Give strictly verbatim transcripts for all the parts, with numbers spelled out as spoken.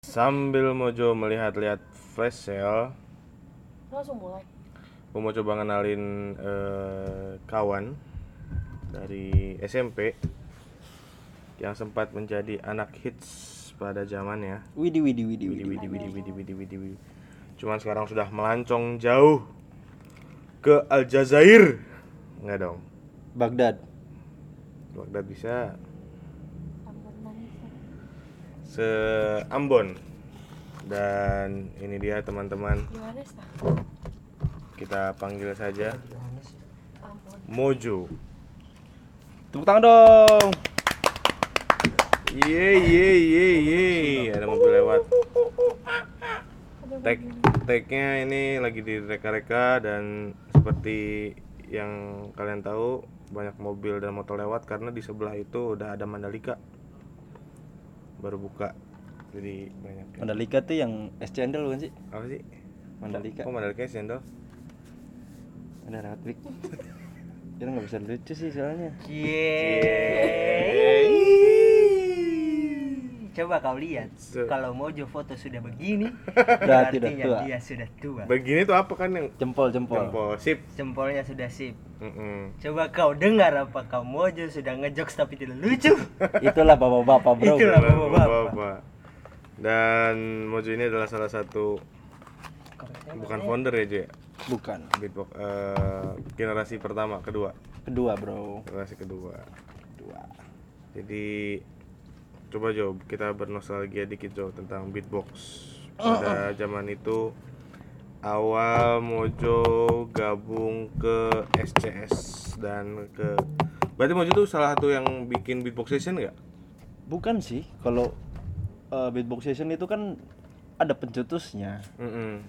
Sambil Mojo melihat-lihat flash sale, Langsung mulai. gue mau coba ngenalin eh, kawan dari S M P yang sempat menjadi anak hits pada zamannya. Widi Widi Widi Widi Widi. widi widi widi widi widi. Cuman sekarang sudah melancong jauh ke Aljazair. Enggak dong. Baghdad. Baghdad bisa. Ambon manisnya. Se Ambon. Dan ini dia teman-teman, Gimana sih? kita panggil saja Ambon. Mojo. Tepuk tangan dong. Ye ye ye ye, ada mobil lewat. Ada Tag mobil. tagnya ini lagi direka-reka dan seperti yang kalian tahu banyak mobil dan motor lewat karena di sebelah itu udah ada Mandalika baru buka, jadi banyak. Mandalika tuh yang es cendol bukan sih? Apa sih? Mandalika. Oh Mandalika cendol. Ada rawat Big. Kita nggak bisa lucu sih soalnya. Yeay. Coba kau lihat, Se- kalau Mojo foto sudah begini, Berarti udah artinya tua. dia sudah tua. Begini tuh apa kan yang Jempol jempol. jempol sip. Jempolnya sudah sip. Mm-mm. Coba kau dengar apakah Mojo sudah ngejokes tapi tidak lucu. Itulah bapak-bapak bro. Itulah. Bapak-bapak. Bapak-bapak. Dan Mojo ini adalah salah satu, bukan founder ya Jo ya? Bukan. Beatbox eh, generasi pertama, kedua, Kedua bro. generasi kedua. Kedua. Jadi coba Jo, kita bernostalgia dikit Jo tentang beatbox pada zaman itu. Awal Mojo gabung ke S C S dan ke, berarti Mojo tuh salah satu yang bikin beatbox session nggak? Bukan sih. Kalau uh, beatbox session itu kan ada pencetusnya. Mm-mm.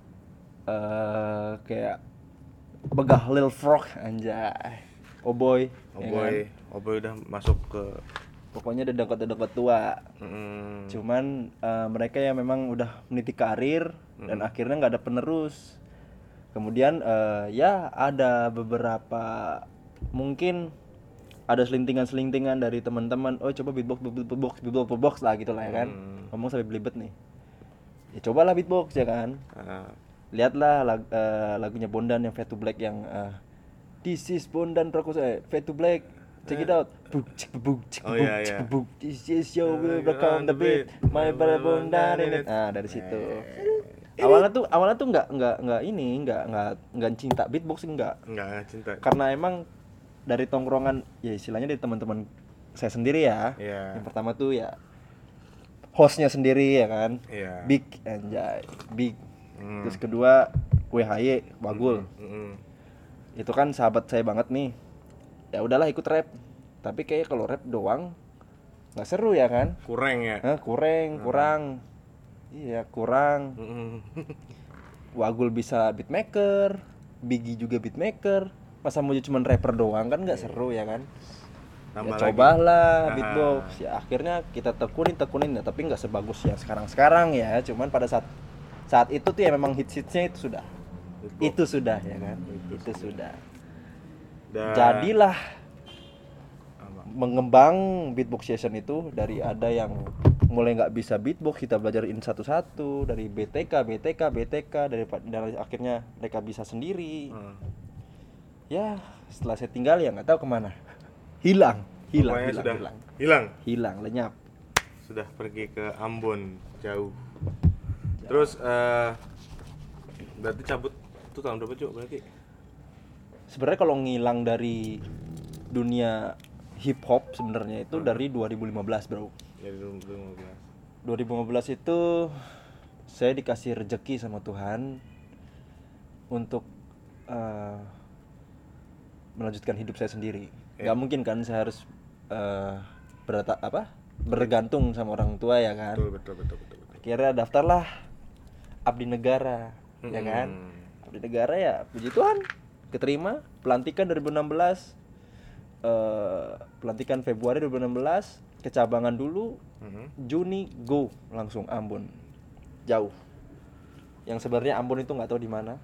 Eh kayak begah Lil Frog anjay. Oh boy. Oh ya boy, kan? oh boy udah masuk ke. Pokoknya udah dekat-dekat tua. Mm-mm. Cuman uh, mereka yang memang udah meniti karir dan akhirnya nggak ada penerus. Kemudian uh, ya ada beberapa mungkin ada selintingan-selintingan dari teman-teman. Oh coba beatbox, beatbox, beatbox, beatbox lah gitu lah ya kan. Hmm. Ngomong sampai belibet nih. Ya cobalah beatbox ya kan. Ah, Lihatlah lag- uh, lagunya Bondan yang Fade to Black yang uh, This is Bondan Prakoso eh, Fade to Black. Check it out. Buk cik buk cik Oh, buk iya, cik iya. buk. This is your will You're back on the beat. My brother Bondan in it. Nah, dari situ. Awalnya tuh awalnya tuh nggak nggak nggak ini nggak nggak nggak cinta beatbox enggak. enggak cinta. Karena emang dari tongkrongan ya istilahnya dari teman-teman saya sendiri ya. Iya. Yang pertama tuh ya hostnya sendiri ya kan. Iya. Big anjay, big. Hmm. Terus kedua W H Y Bagul. Mm-mm. Itu kan sahabat saya banget nih. Ya udahlah ikut rap. Tapi kayak kalau rap doang nggak seru ya kan? Kurang ya. Hah, kurang, kurang. Iya, kurang. Mm-mm. Wagul bisa beatmaker, Biggie juga beatmaker. Masa mau cuman rapper doang kan nggak seru ya kan? Tambah Ya lagi. cobalah Ah. beatbox. Ya akhirnya kita tekunin tekunin ya, tapi nggak sebagus yang sekarang-sekarang ya. Cuman pada saat saat itu tuh ya memang hits-hitsnya itu sudah. Beatbox. Itu sudah ya kan? Itu Itu, sudah. Dan Jadilah apa? mengembang beatbox session itu dari ada yang mulai nggak bisa beatbox, kita belajarin satu-satu dari B T K, B T K, B T K dari, dari akhirnya mereka bisa sendiri. Hmm. Ya setelah saya tinggal ya nggak tahu kemana, hilang, hilang, Pokoknya hilang, sudah hilang, hilang. hilang, lenyap. Sudah pergi ke Ambon jauh. Terus eh berarti cabut itu tahun berapa Cuk berarti? Sebenarnya kalau ngilang dari dunia hip hop sebenarnya itu dari dua ribu lima belas bro. Ya dua ribu lima belas. dua ribu lima belas itu saya dikasih rejeki sama Tuhan untuk uh, melanjutkan hidup saya sendiri. Ya. Gak mungkin kan saya harus uh, berata apa bergantung sama orang tua ya kan. Betul betul betul betul. betul. Akhirnya daftarlah Abdi Negara, ya kan. Mm-mm. Abdi Negara ya puji Tuhan keterima. Pelantikan dua ribu enam belas, uh, pelantikan Februari dua ribu enam belas, kecabangan dulu. Mhm. Juni go langsung Ambon, jauh. Yang sebenarnya Ambon itu nggak tahu di mana.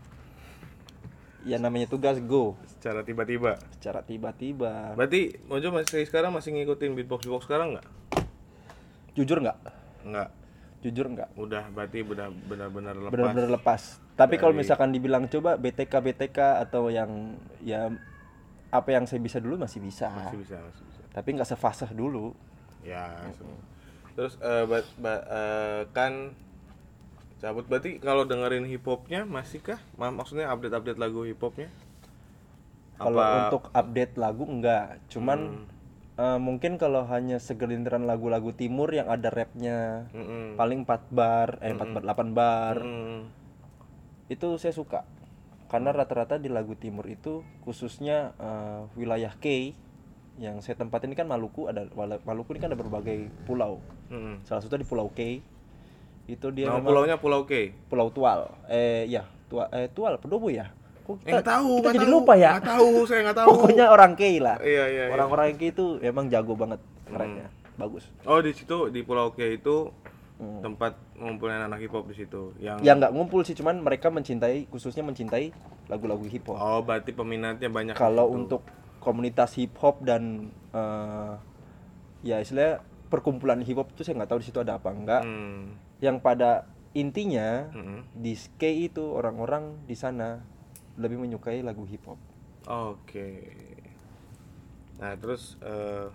Ya namanya tugas go. Secara tiba-tiba. Secara tiba-tiba. Berarti Mojo masih sekarang masih ngikutin beatbox beatbox sekarang nggak? Jujur nggak? Nggak. jujur enggak. Udah berarti udah benar-benar lepas. Benar-benar lepas. Tapi kalau dari- misalkan dibilang coba B T K B T K atau yang ya apa yang saya bisa dulu masih bisa. Masih bisa, masih bisa. Tapi nggak sefasih dulu. Ya. Terus eh, ba- ba- eh, kan cabut berarti kalau dengerin hip hopnya masihkah? Ma- Maksudnya update-update lagu hip hopnya? Kalau Apa- untuk update lagu enggak, cuman eh, mungkin kalau hanya segelintiran lagu-lagu timur yang ada rapnya Mm-mm. paling empat bar, eh empat bar, delapan bar. Mm. Itu saya suka. Karena rata-rata di lagu timur itu khususnya eh, wilayah K yang saya tempatin ini kan Maluku, ada Maluku ini kan ada berbagai pulau. Mm-mm. Salah satu di Pulau K. Itu dia Nama memang pulaunya Pulau K. Pulau Tual. Eh ya, Tua eh Tual, Pendobo ya. Kok Eh, nggak tahu, kita nggak jadi tahu. lupa ya. Nggak tahu, saya nggak tahu. Pokoknya orang K lah. Iya, iya, iya. Orang-orang K itu emang jago banget nge-rapnya. Bagus. Oh, di situ di Pulau K itu Hmm. tempat ngumpulin anak hip hop di situ. Yang Ya nggak ngumpul sih, cuman mereka mencintai, khususnya mencintai lagu-lagu hip hop. Oh, berarti peminatnya banyak. di Kalau situ. untuk komunitas hip hop dan eh, ya istilahnya perkumpulan hip hop itu saya nggak tahu di situ ada apa enggak. Hmm. Yang pada intinya Mm-mm. di K itu orang-orang di sana lebih menyukai lagu hip hop. Oke. Nah, terus eh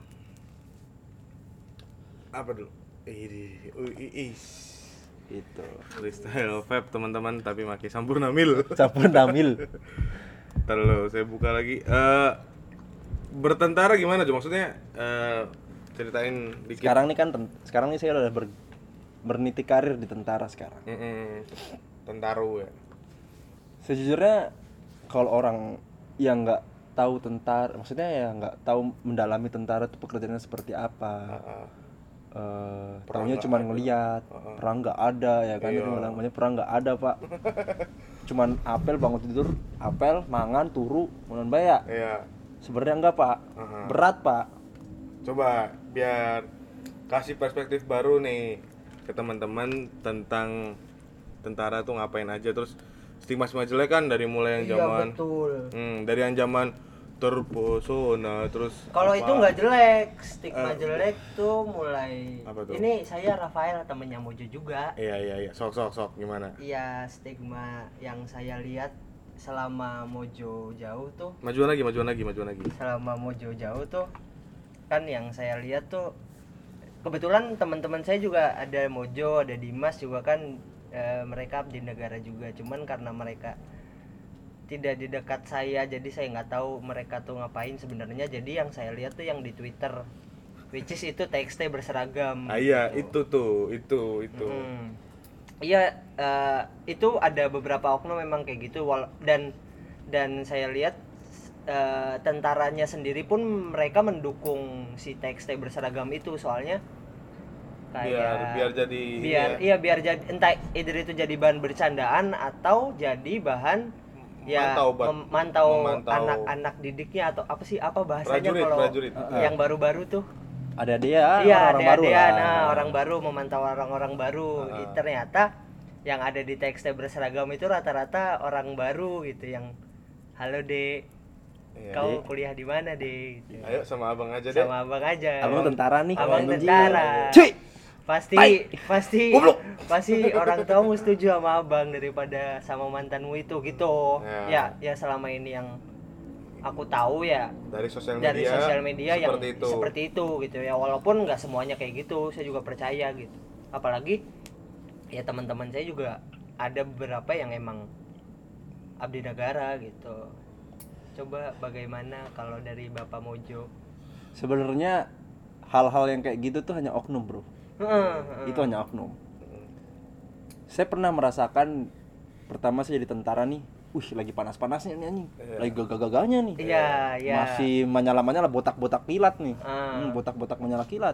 apa dulu? Ini, is Itu. freestyle vape teman-teman tapi pakai Sampurna Mil. Campur Damil. Terus saya buka lagi. Eh bertentara gimana tuh? Maksudnya eh ceritain dikit. Sekarang nih kan ten- sekarang nih saya udah ber, berniti karir di tentara sekarang. Mm-mm. Tentaru ya. Sejujurnya kalau orang yang nggak tahu tentara, maksudnya ya nggak tahu mendalami tentara itu pekerjaannya seperti apa. Heeh. Eh, Perang taunya nggak cuma ada. ngeliat Heeh. perang nggak ada ya kan, Iya. itu namanya perang nggak ada pak. Cuman apel bangun tidur, apel mangan turu menon baya. Iya. Sebenarnya enggak pak, Heeh. berat pak. Coba biar kasih perspektif baru nih ke teman-teman tentang tentara tuh ngapain aja, terus stigma-stigma jelek kan dari mulai yang Iya zaman betul. hmm, dari yang zaman terpesona terus Kalau apa- itu nggak jelek, stigma Eh, jelek tuh mulai. Apa tuh? Ini saya Rafael temennya Mojo juga. Iya iya iya, sok sok sok gimana? Iya, stigma yang saya lihat selama Mojo jauh tuh, Majuan lagi, majuan lagi, majuan lagi. selama Mojo jauh tuh kan yang saya lihat tuh kebetulan teman-teman saya juga ada Mojo, ada Dimas juga kan, eh, mereka abdi negara juga. Cuman karena mereka tidak di dekat saya jadi saya nggak tahu mereka tuh ngapain sebenarnya. Jadi yang saya lihat tuh yang di Twitter, which is itu T X T berseragam. Ah iya, gitu. itu tuh, itu itu. Hmm. Iya, eh, itu ada beberapa oknum memang kayak gitu wal- dan dan saya lihat eh, tentaranya sendiri pun mereka mendukung si T X T berseragam itu, soalnya Biar kayak biar jadi biar ya, iya biar jadi entah either itu jadi bahan bercandaan atau jadi bahan ya Mantau, Bat. memantau Memantau. anak-anak didiknya atau apa sih apa bahasanya prajurit, kalau prajurit. yang baru-baru tuh. Ada dia, Iya, orang-orang baru ada lah. nah, orang baru memantau orang-orang baru. Ah. Ih, ternyata yang ada di T X T berseragam itu rata-rata orang baru gitu yang halo Dek, Iya. kau Dek. kuliah di mana Dek? Gitu. Ayo sama abang aja deh. Sama abang aja. Abang tentara nih, Abang anjing. tentara. Cuy. Pasti Tai. pasti Goblok. pasti orang tuamu setuju sama abang daripada sama mantanmu itu gitu. Ya. Ya, ya selama ini yang aku tahu ya Dari sosial media. dari sosial media yang seperti itu. seperti itu gitu ya, walaupun nggak semuanya kayak gitu, saya juga percaya gitu. Apalagi ya teman-teman saya juga ada beberapa yang emang abdi negara gitu. Coba bagaimana kalau dari Bapak Mojo? Sebenarnya hal-hal yang kayak gitu tuh hanya oknum bro. Heeh, heeh. Itu hanya oknum. Saya pernah merasakan pertama saya jadi tentara nih, wih lagi panas-panasnya nih anjing, Iya. lagi gagah-gagahnya nih. Iya, iya. Masih menyala-menyala botak-botak kilat nih. Ah. Hmm, botak-botak menyala kilat.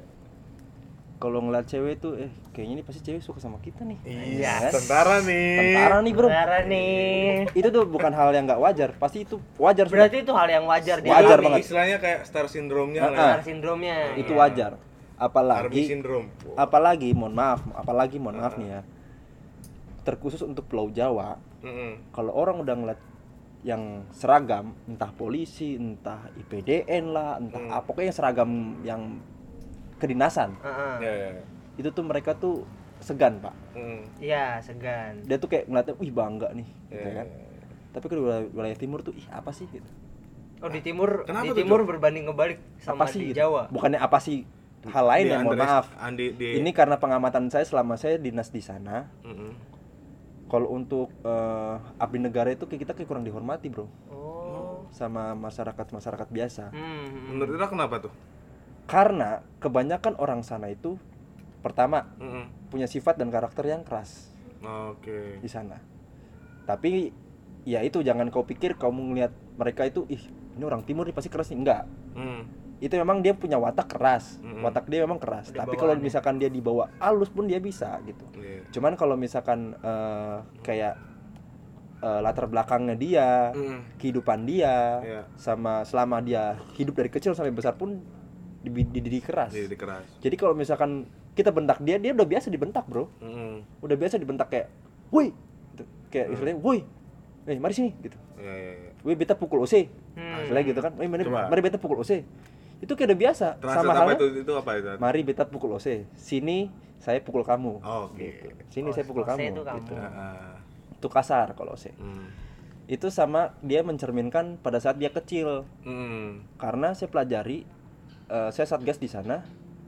Kalau ngeliat cewek tuh, eh kayaknya ini pasti cewek suka sama kita nih. Iya, Kan? tentara nih. Tentara nih bro. Tentara nih. Itu tuh bukan hal yang nggak wajar, pasti itu wajar. sudah. Berarti itu hal yang wajar dia. Wajar Nih, banget. Istilahnya kayak star syndrome-nya Heeh. lah. Star sindromnya. Itu Iya. wajar. Army Apalagi syndrome. apalagi mohon maaf, apalagi mohon maaf nih ya. Terkhusus untuk Pulau Jawa, Mm-mm. kalau orang udah ngeliat yang seragam, entah polisi, entah I P D N lah, entah Hmm. apa, pokoknya seragam yang kedinasan, Heeh. Ya, ya, ya. itu tuh mereka tuh segan pak. Mm. Iya, segan. Dia tuh kayak ngeliatnya, wih bangga nih, gitu Iya, kan. iya, iya. Tapi kalau di wilayah, wilayah timur tuh, ih apa sih gitu. Oh, di timur Kenapa di tuh, timur Cok? berbanding kebalik sama Apa sih di gitu. Jawa. Bukannya apa sih hal lain Di ya, mohon underest- maaf. Andi di Ini karena pengamatan saya selama saya dinas di sana. Mm-mm. Kalau untuk eh, abdi negara itu kayak kita kayak kurang dihormati bro, Oh. sama masyarakat masyarakat biasa. Hmm. Menurut Ira kenapa tuh? Karena kebanyakan orang sana itu pertama Mm-mm. punya sifat dan karakter yang keras Oke. di sana. Tapi ya itu jangan kau pikir kamu ngelihat mereka itu ih ini orang timur nih pasti keras nih, enggak. Mm. Itu memang dia punya watak keras, Mm-mm. watak dia memang keras. Ada Tapi kalau bawaannya. misalkan dia dibawa halus pun dia bisa gitu. Iya. Cuman kalau misalkan eh, kayak eh, latar belakangnya dia, Mm. kehidupan dia, Iya. sama selama dia hidup dari kecil sampai besar pun dibi- dididik keras. Jadi keras. Jadi kalau misalkan kita bentak dia, dia udah biasa dibentak bro, Mm. udah biasa dibentak kayak, woi, gitu. Kayak istilahnya, woi, eh mari sini, gitu. Iya, iya, iya. Woi beta pukul O C, Hmm. istilahnya gitu kan, woi mari, Coba. mari beta pukul O C. Itu kayak udah biasa. Translate Sama apa halnya, itu? Itu apa itu? mari beta pukul O C, sini saya pukul kamu. Oh, oke. Gitu. Sini Oh, saya pukul O C kamu. itu kamu. Gitu. Heeh. Itu kasar kalau O C. Mm. Itu sama dia mencerminkan pada saat dia kecil. Mm. Karena saya pelajari, eh, saya satgas di sana,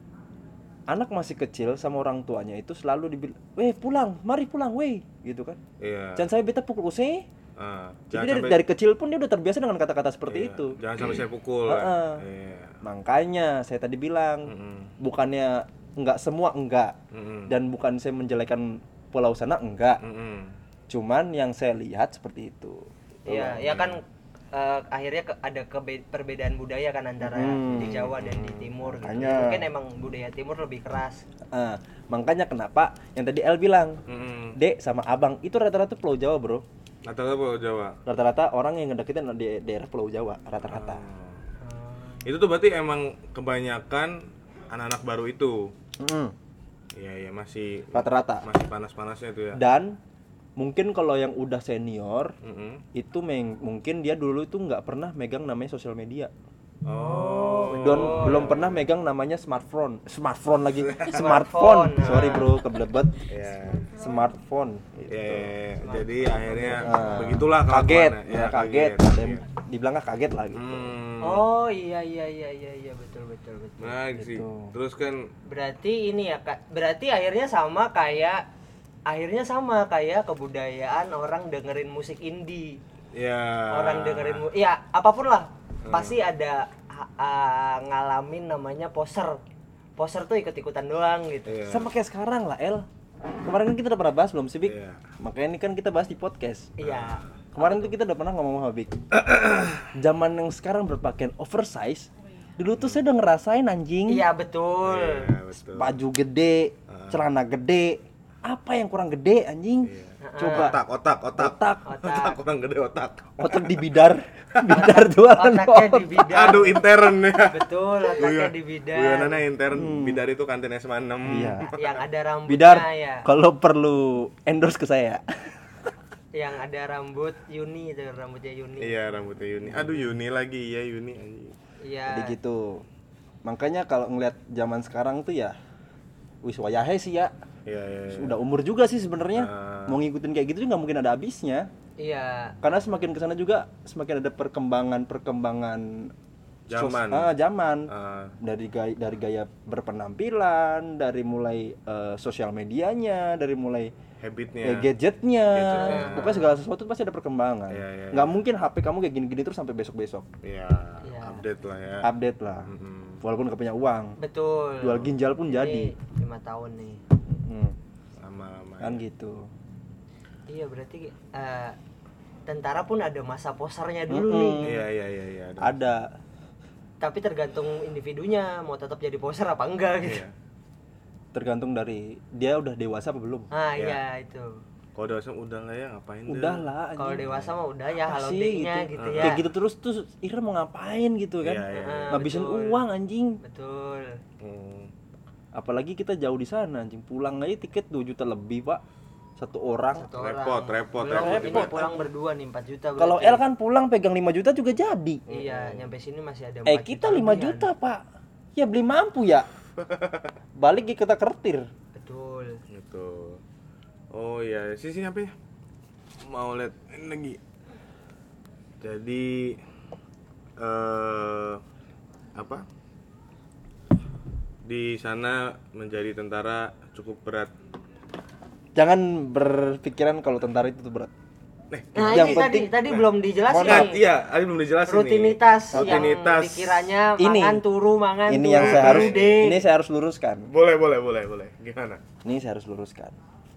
anak masih kecil sama orang tuanya itu selalu dibilang, weh pulang, mari pulang, weh, gitu kan. Iya. Jangan saya beta pukul O C. Ah, Jadi jangan dari, sampai- dari kecil pun dia udah terbiasa dengan kata-kata seperti iya, itu. Jangan sampai saya pukul. Heeh. kan? Iya. Makanya saya tadi bilang, Mm-mm. bukannya enggak semua enggak, Mm-mm. dan bukan saya menjelekan pulau sana enggak. Mm-mm. Cuman yang saya lihat seperti itu. Iya, ya kan eh, akhirnya ke- ada kebe- perbedaan budaya kan antara Hmm. di Jawa dan di timur gitu. Makanya. Mungkin emang budaya timur lebih keras. Ah, makanya kenapa yang tadi El bilang, Mm-mm. Dek sama Abang itu rata-rata Pulau Jawa bro. Rata-rata Pulau Jawa. Rata-rata orang yang ngedeketin di daerah Pulau Jawa rata-rata. Oh. Itu tuh berarti emang kebanyakan anak-anak baru itu. Mm-mm. Iya, iya masih Rata-rata. masih panas-panasnya itu ya. Dan mungkin kalau yang udah senior Mm-mm. itu meng- mungkin dia dulu itu nggak pernah megang namanya sosial media. Oh. Dan belum pernah megang namanya smartphone. Smartphone lagi. Smartphone. Smartphone. Sorry bro, keblebet. Iya. Smartphone. Iya, Gitu. iya, iya. Jadi akhirnya Nah, begitulah kaget, kelakuannya. ya, kaget. Ada yang Iya. dibilangnya kaget lah gitu. Hmm. Oh iya iya iya iya iya betul betul betul. Nah, sih. Gitu. Terus kan Berarti ini ya Kak. Berarti akhirnya sama kayak akhirnya sama kayak kebudayaan orang dengerin musik indie. ya Orang dengerin mu- ya apapun lah. Hmm. Pasti ada ha- ah, ngalamin namanya poser. Poser tuh ikut-ikutan doang gitu. Iya. Sama kayak sekarang lah El. Kemarin kan kita udah pernah bahas belum sih Bik? Iya. Makanya ini kan kita bahas di podcast. Iya. Kemarin tuh kita udah pernah ngomong sama Bik. Zaman yang sekarang berpakaian oversize, dulu tuh saya udah ngerasain anjing. Iya betul. Iya, betul. Baju gede, celana gede. Apa yang kurang gede anjing? Iya. Coba Otak, otak, otak. otak, Otak. Kurang gede otak. otak di bidar, bidar jualan Otaknya di otak. bidar. Aduh, intern ya. Betul, otaknya di bidar. Guyonana intern bidar itu kantin S M enam. Iya. Yang ada rambutnya Bidar, ya. kalau perlu endorse ke saya. Yang ada rambut Yuni itu rambutnya Yuni. Iya, rambutnya Yuni. Aduh, Yuni lagi ya Yuni anjing. Iya. Jadi gitu. Makanya kalau ngeliat zaman sekarang tuh ya, wis wayahe sih ya. Iya, iya. iya. Udah umur juga sih sebenarnya. Ah. Mau ngikutin kayak gitu juga nggak mungkin ada habisnya. Iya. Karena semakin kesana juga semakin ada perkembangan-perkembangan sos- Zaman. ah, zaman. Ah, Dari gaya, dari gaya berpenampilan, dari mulai eh, sosial medianya, dari mulai habitnya. eh, gadgetnya, Gadgetnya. pokoknya segala sesuatu pasti ada perkembangan. Iya, iya, Nggak iya. mungkin H P kamu kayak gini-gini terus sampai besok-besok. Iya, Iya. update lah ya. Update lah, Mm-mm. walaupun nggak punya uang, Betul. jual ginjal pun Ini jadi. lima tahun nih. Hmm, Lama-lama. kan ya. gitu. Iya berarti eh, tentara pun ada masa posernya dulu Mm-mm. nih. Iya, iya, iya, iya. ada. Ada. Tapi tergantung individunya mau tetap jadi poser apa enggak gitu. Iya. Tergantung dari dia udah dewasa apa belum. Ah Iya. iya itu. Kalau dewasa udah lah ya ngapain deh. Udah lah. Kalau anjing. dewasa mah udah ya Apa halo sih date-nya gitu. gitu Ah. ya. Kayak gitu terus tuh Ira mau ngapain gitu kan? Iya, iya, iya. Ah, Ngabisin betul. uang anjing. Betul. Hmm. Apalagi kita jauh di sana anjing. Pulang aja tiket dua juta lebih, Pak. Satu orang. Satu Repot, orang. repot, Belum repot. ini pulang berdua nih empat juta berarti. Kalau L kan pulang pegang lima juta juga jadi. Iya, nyampe sini masih ada Eh empat kita lima lebihan. juta, Pak. Ya beli mampu ya. Balik kita kertir. Betul. Gitu. Oh iya, sini apa ya? Mau lihat ini lagi. Jadi eh apa? Di sana menjadi tentara cukup berat. Jangan berpikiran kalau tentara itu tuh berat. Nih, Nah, Yang ini penting- tadi tadi belum dijelasin. Mohon maaf, nih. iya, tadi belum dijelasin nih. Rutinitas, Rutinitas. yang pikirannya Ini. mangan turu, mangan Ini turu, yang saya harus turu deh. ini saya harus luruskan. Boleh, boleh, boleh, boleh. Gimana? Ini saya harus luruskan.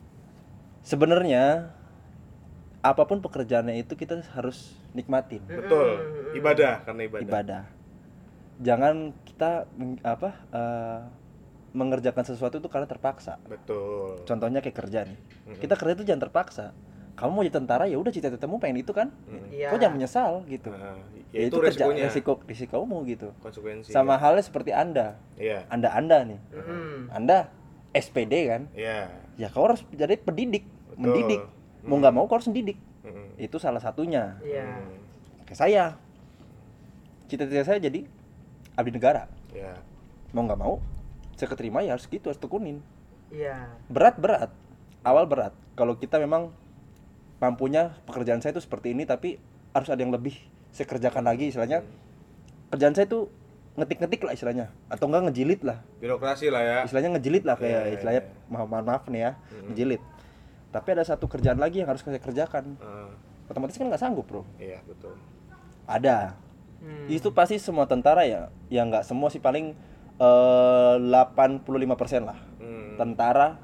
Sebenarnya apapun pekerjaannya itu kita harus nikmatin. Betul. Ibadah karena ibadah. Ibadah. Jangan kita meng- apa eh, mengerjakan sesuatu itu karena terpaksa. Betul. Contohnya kayak kerja nih. Kita kerja itu jangan terpaksa. Kamu mau jadi tentara ya udah cita-citamu pengen itu kan? Iya. Kau jangan menyesal gitu. Nah, Ya, ya itu kerja resikonya. resiko risikomu gitu. Konsekuensi. Sama halnya seperti Anda. Iya. Anda-anda nih. Mm. Anda S P D kan? Iya. Ya kau harus jadi pendidik, Betul. mendidik. Mau Hmm. nggak mau kau harus mendidik. Mm-mm. Itu salah satunya. Iya. Hmm. Kayak saya. Cita-cita saya jadi abdi negara. Ya. Mau nggak mau, saya keterima ya harus gitu, harus tekunin. Iya. Berat berat, awal berat. Kalau kita memang mampunya pekerjaan saya itu seperti ini, tapi harus ada yang lebih saya kerjakan lagi istilahnya. Kerjaan saya itu ngetik-ngetik lah istilahnya, atau enggak ngejilid lah. Birokrasi lah ya. Istilahnya ngejilid lah kayak Iya, iya, istilahnya iya. maaf maaf nih ya, ngejilid. Tapi ada satu kerjaan lagi yang harus saya kerjakan. Ah, Otomatis kan nggak sanggup bro. iya betul. Ada. Hmm. Itu pasti semua tentara ya, ya nggak semua sih paling eh, delapan puluh lima persen lah. Hmm. Tentara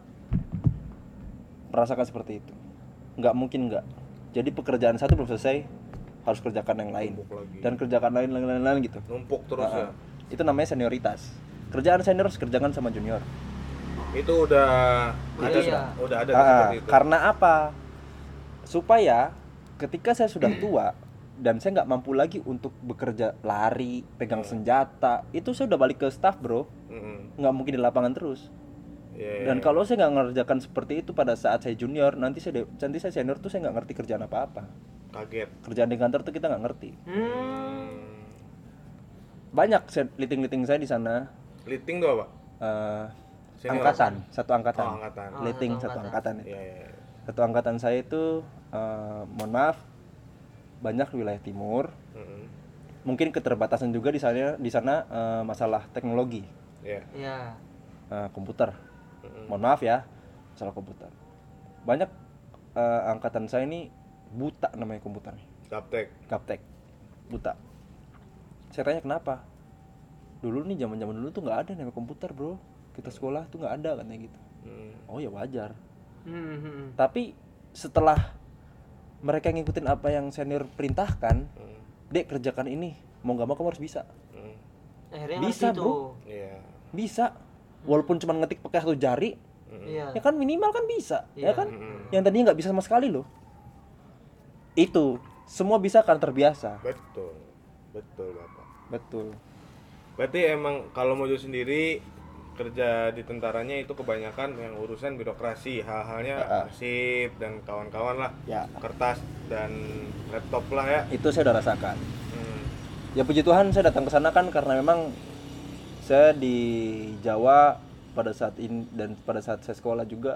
merasakan seperti itu. Nggak mungkin nggak. Jadi pekerjaan satu belum selesai, harus kerjakan yang lain. Numpuk lagi. Dan kerjakan lain lain lain, lain gitu. Numpuk terus Ah, ya. ah. Itu namanya senioritas. Kerjaan senior harus kerjakan sama junior. Itu udah ada Iya. udah ada Ah, ah. seperti itu. Karena apa? Supaya ketika saya sudah tua dan saya nggak mampu lagi untuk bekerja lari, pegang senjata, itu saya udah balik ke staff bro, Mm-mm. nggak mungkin di lapangan terus. Iya, Dan iya. kalau saya nggak ngerjakan seperti itu pada saat saya junior, nanti saya de- nanti saya senior tuh saya nggak ngerti kerjaan apa-apa. Kaget. Kerjaan di kantor tuh kita nggak ngerti. Hmm. Hmm. Banyak saya- liting-liting saya di sana, Liting tuh apa? eh, Senior. angkatan, satu angkatan. Oh, angkatan. Oh, Liting satu satu angkatan. angkatan. Iya, iya. iya. Satu angkatan saya itu, eh, mohon maaf, banyak wilayah timur. Mm-mm. Mungkin keterbatasan juga di sana di sana eh, masalah teknologi, Iya. Iya. eh, komputer. Mm-mm. Mohon maaf ya, masalah komputer. Banyak eh, angkatan saya ini buta namanya komputernya. Gaptek. Gaptek, buta. Saya tanya kenapa? Dulu nih zaman-zaman dulu tuh nggak ada namanya komputer bro. Kita sekolah tuh nggak ada katanya gitu. Hmm. Oh ya wajar. Hmm, hmm. Tapi setelah mereka ngikutin apa yang senior perintahkan, Hmm. dek kerjakan ini, mau nggak mau kamu harus bisa. Hmm. Akhirnya Bisa, ngerti bro. tuh. Iya. Bisa. Walaupun cuma ngetik pakai satu jari, Iya. ya kan minimal kan bisa, ya Iya. kan? Mm-mm. Yang tadinya nggak bisa sama sekali loh. Itu semua bisa karena terbiasa. Betul. Betul, Bapak. Betul. Berarti emang kalau Mojo sendiri kerja di tentaranya itu kebanyakan yang urusan birokrasi, hal-halnya Ah, ah. arsip dan kawan-kawan lah, Ya, kertas dan laptop lah ya. itu saya udah rasakan. Hmm. Ya puji Tuhan saya datang ke sana kan karena memang saya di Jawa pada saat ini dan pada saat saya sekolah juga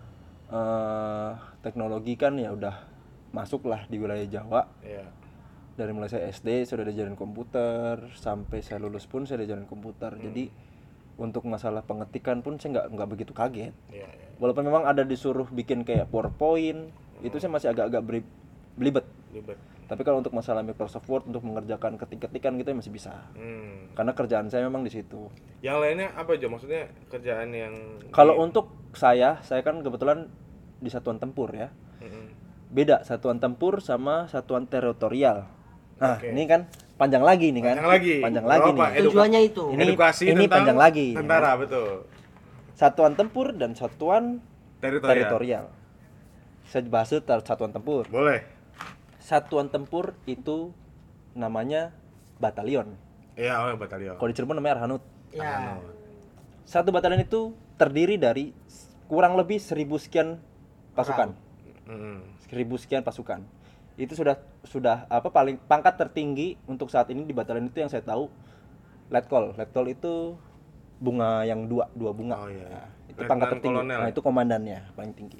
eh, teknologi kan ya udah masuk lah di wilayah Jawa. Iya. Dari mulai saya S D sudah diajarin komputer, sampai saya lulus pun saya diajarin komputer. Jadi untuk masalah pengetikan pun saya nggak nggak begitu kaget. Iya, iya. Walaupun memang ada disuruh bikin kayak PowerPoint, itu saya masih agak-agak beri- belibet. Ribet. Tapi kalau untuk masalah Microsoft Word untuk mengerjakan ketik-ketikan gitu ya masih bisa. Hmm. Karena kerjaan saya memang di situ. Yang lainnya apa aja? Maksudnya kerjaan yang Kalau di- untuk saya, saya kan kebetulan di satuan tempur ya. Mm-mm. Beda satuan tempur sama satuan teritorial. Nah, Oke. ini kan panjang lagi nih kan. Panjang lagi. Panjang Nggak lagi apa-apa, nih. eduka- Tujuannya itu. Ini- edukasi ini tentang panjang lagi. Tentara, betul. Satuan tempur dan satuan Teritorial. teritorial. Saya bahas dulu tar- satuan tempur. Boleh. Satuan tempur itu namanya batalion. Iya, oh batalion. Kalau di Cirebon namanya Arhanud. Ya. Satu batalion itu terdiri dari s- kurang lebih seribu sekian pasukan. Mm-mm. Seribu sekian pasukan. Itu sudah sudah apa paling pangkat tertinggi untuk saat ini di batalion itu yang saya tahu letkol. Letkol itu bunga yang dua dua bunga. Oh, iya. Nah, itu Letnan pangkat tertinggi. kolonel. Nah, itu komandannya paling tinggi.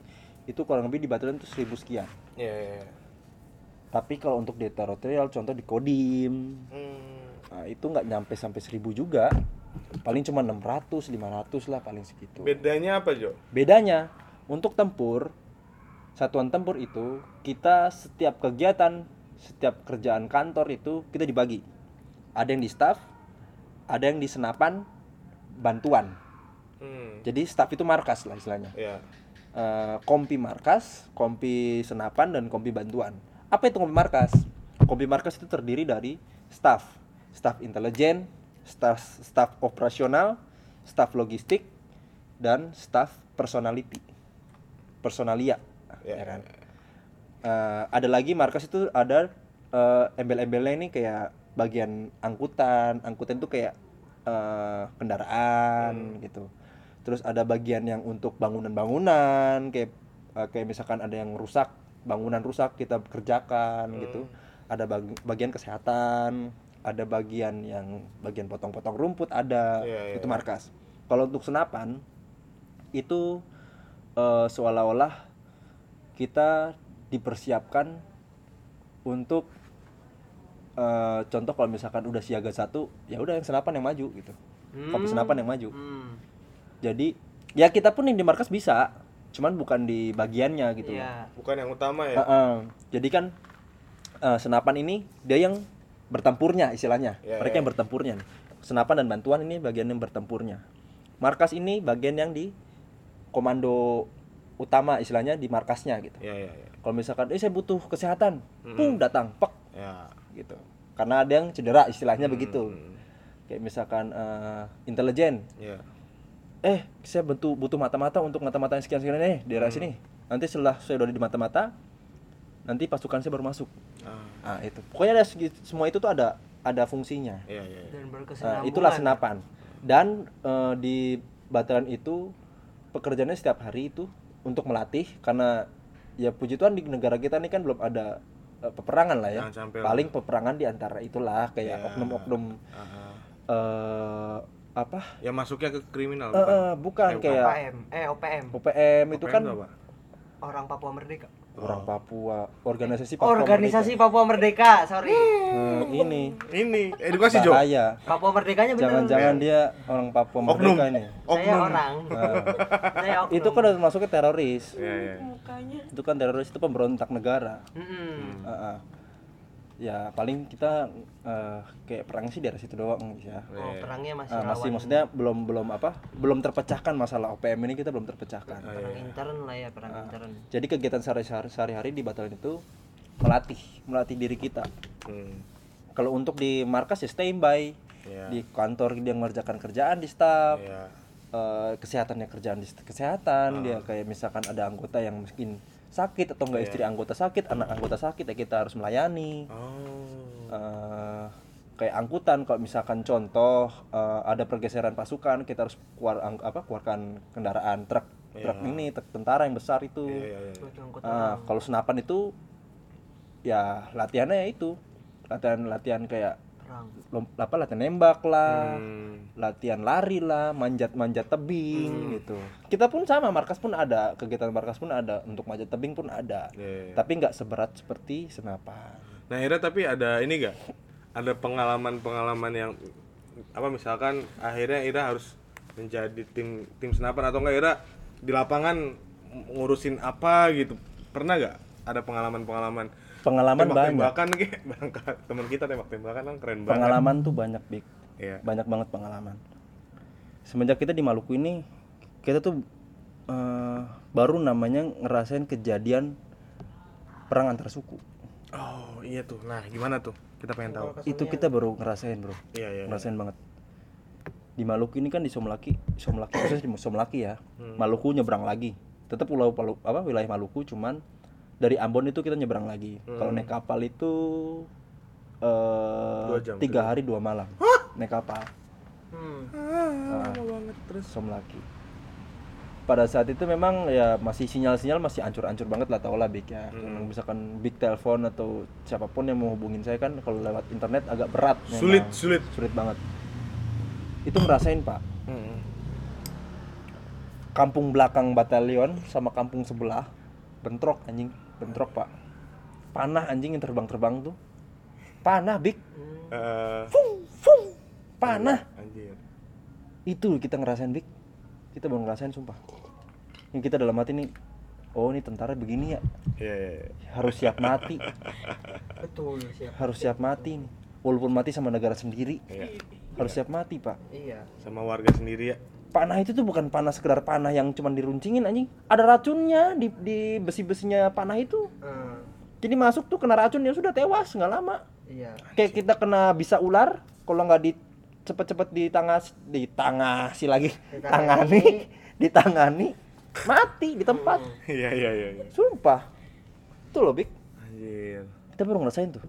itu kurang lebih di batalion itu seribu sekian. Iya, iya, iya. Tapi kalau untuk di teritorial contoh di Kodim, Hmm. nah, itu nggak nyampe sampai seribu juga, paling cuma enam ratus lima ratus lah paling segitu. Bedanya apa, Jo? Bedanya untuk tempur, satuan tempur itu kita setiap kegiatan, setiap kerjaan kantor itu kita dibagi. Ada yang di staff, ada yang di senapan, bantuan. Hmm. Jadi staff itu markas lah istilahnya. Iya. Eh, kompi markas, kompi senapan, dan kompi bantuan. Apa itu kompi markas? Kompi markas itu terdiri dari staff, staff intelijen, staff staff operasional, staff logistik, dan staff personality, personalia, Iya, ya kan? iya. Eh, ada lagi markas itu ada eh, embel-embelnya ini kayak bagian angkutan, angkutan itu kayak eh, kendaraan gitu. Terus ada bagian yang untuk bangunan-bangunan kayak eh, kayak misalkan ada yang rusak, bangunan rusak kita kerjakan gitu. Ada bag- bagian kesehatan, ada bagian yang bagian potong-potong rumput ada, Iya, iya, itu iya. markas. Kalau untuk senapan itu eh, seolah-olah kita dipersiapkan untuk eh, contoh kalau misalkan udah siaga satu, ya udah yang senapan yang maju gitu. Kompi senapan yang maju. Hmm. Jadi ya kita pun yang di markas bisa, cuman bukan di bagiannya gitu loh. Iya. Bukan yang utama ya? Heeh. Jadi kan eh, senapan ini dia yang bertempurnya istilahnya. Ya, Mereka ya. yang bertempurnya nih. Senapan dan bantuan ini bagian yang bertempurnya. Markas ini bagian yang di komando utama istilahnya di markasnya gitu. Iya, iya, iya. Kalau misalkan eh saya butuh kesehatan, Mm-mm. pung datang, pek Ya. gitu. Karena ada yang cedera istilahnya begitu. Hmm. Kayak misalkan eh, intelijen, Iya. eh saya butuh butuh mata-mata untuk mata-mata yang sekian-sekian nih di daerah Hmm. sini. Nanti setelah saya udah di mata-mata, nanti pasukan saya baru masuk. Ah. Nah, itu. Pokoknya ada segi- semua itu tuh ada ada fungsinya. Iya, iya, iya. Dan Nah, berkesinambungan. itulah senapan. Dan eh, di batalion itu pekerjaannya setiap hari itu untuk melatih, karena ya puji Tuhan di negara kita ini kan belum ada eh, peperangan lah ya. Jangan sampai Paling peperangan di antara itulah kayak Ya. oknum-oknum Ah, ah. eh apa? Ya masuknya ke kriminal Eh, eh, bukan Eh, kayak O P M, eh O P M, O P M itu O P M kan itu apa? orang Papua Merdeka. orang Papua, organisasi Papua Organisasi Papua Merdeka, sorry. Merdeka. Nah, ini Ini edukasi Jo. bahaya. Papua Merdekanya bener. Jangan-jangan dia orang Papua Oknum. Merdeka ini. Saya Oknum. orang. Nah, Saya oknum. itu kan udah masuk ke teroris. Iya, iya. Mukanya. Itu kan teroris itu pemberontak negara. Mm-mm. Heeh. Ya paling kita eh, kayak perang sih dari situ doang ya. Oh, perangnya masih Ah, rawan. masih maksudnya belum belum apa? Belum terpecahkan masalah O P M ini, kita belum terpecahkan. Ah, perang iya. intern lah ya, perang Ah. intern. Jadi kegiatan sehari-hari sehari-hari di batalion itu melatih, melatih diri kita. Hmm. Kalau untuk di markas ya standby, Iya. di kantor dia mengerjakan kerjaan di staff, Iya. eh, kesehatannya kerjaan di kesehatan, Ah. dia kayak misalkan ada anggota yang mungkin sakit atau enggak Iya. istri anggota sakit, anak anggota sakit ya kita harus melayani. Oh. Eh, kayak angkutan kalau misalkan contoh eh, ada pergeseran pasukan, kita harus keluar ang- apa keluarkan kendaraan truk truk Iya. ini truk tentara yang besar itu. Iya, iya, iya. Buat ngangkut Ah, orang. kalau senapan itu ya latihannya ya itu latihan latihan kayak Perang. lom- apa latihan nembak lah, Hmm. latihan lari lah, manjat-manjat tebing gitu. Kita pun sama, markas pun ada, kegiatan markas pun ada, untuk manjat tebing pun ada. Iya, iya. Tapi nggak seberat seperti senapan. Nah, Ira tapi ada ini gak? Ada pengalaman-pengalaman yang apa misalkan akhirnya Ira harus menjadi tim tim senapan atau enggak Ira di lapangan ngurusin apa gitu. Pernah gak ada pengalaman-pengalaman Pengalaman banyak. tembak-tembakan kayak berangkat teman kita tembak-tembakan kan keren banget. Pengalaman tuh banyak, Big. Iya. Banyak banget pengalaman. Semenjak kita di Maluku ini, kita tuh eh, baru namanya ngerasain kejadian perang antar suku. Oh, iya tuh. Nah, gimana tuh? Kita pengen tahu. Itu kita baru ngerasain, Bro. Iya, iya. Ngerasain banget. Di Maluku ini kan di Somlaki, Somlaki khusus di Somlaki ya. Hmm. Maluku nyebrang lagi. Tetap pulau Palu apa wilayah Maluku, cuman dari Ambon itu kita nyebrang lagi. Hmm. Kalau naik kapal itu eh Dua jam, tiga hari dua malam. Naik kapal. Hmm. Ah, banget terus. Somlaki. Pada saat itu memang ya masih sinyal-sinyal masih ancur-ancur banget lah, tau lah Big ya. Hmm. Kalau misalkan Big telepon atau siapapun yang mau hubungin saya kan kalau lewat internet agak berat. memang. Sulit, sulit. Sulit banget. Itu ngerasain Pak. Hmm. Kampung belakang batalion sama kampung sebelah bentrok anjing, bentrok pak, panah anjing yang terbang-terbang tuh, panah big, Eh, fung fung, panah, anjir. itu kita ngerasain big, kita baru ngerasain sumpah, yang kita dalam hati nih, oh ini tentara begini ya, Iya, iya, iya. harus siap mati, Betul siap. harus siap mati nih, walaupun mati sama negara sendiri, Iya. harus siap mati pak. Iya. Sama warga sendiri ya. Panah itu tuh bukan panah sekedar panah yang cuma diruncingin anjing, ada racunnya di di besi-besinya panah itu. Eh, Jadi masuk tuh kena racun ya sudah tewas nggak lama. iya. Kayak kita kena bisa ular, kalau nggak di cepet-cepet ditangas ditangasi lagi, Ditangani. tangani, ditangani, mati di tempat. Iya, iya, iya, iya. Sumpah. Itu loh, Bik. Anjir. Kita baru ngerasain tuh.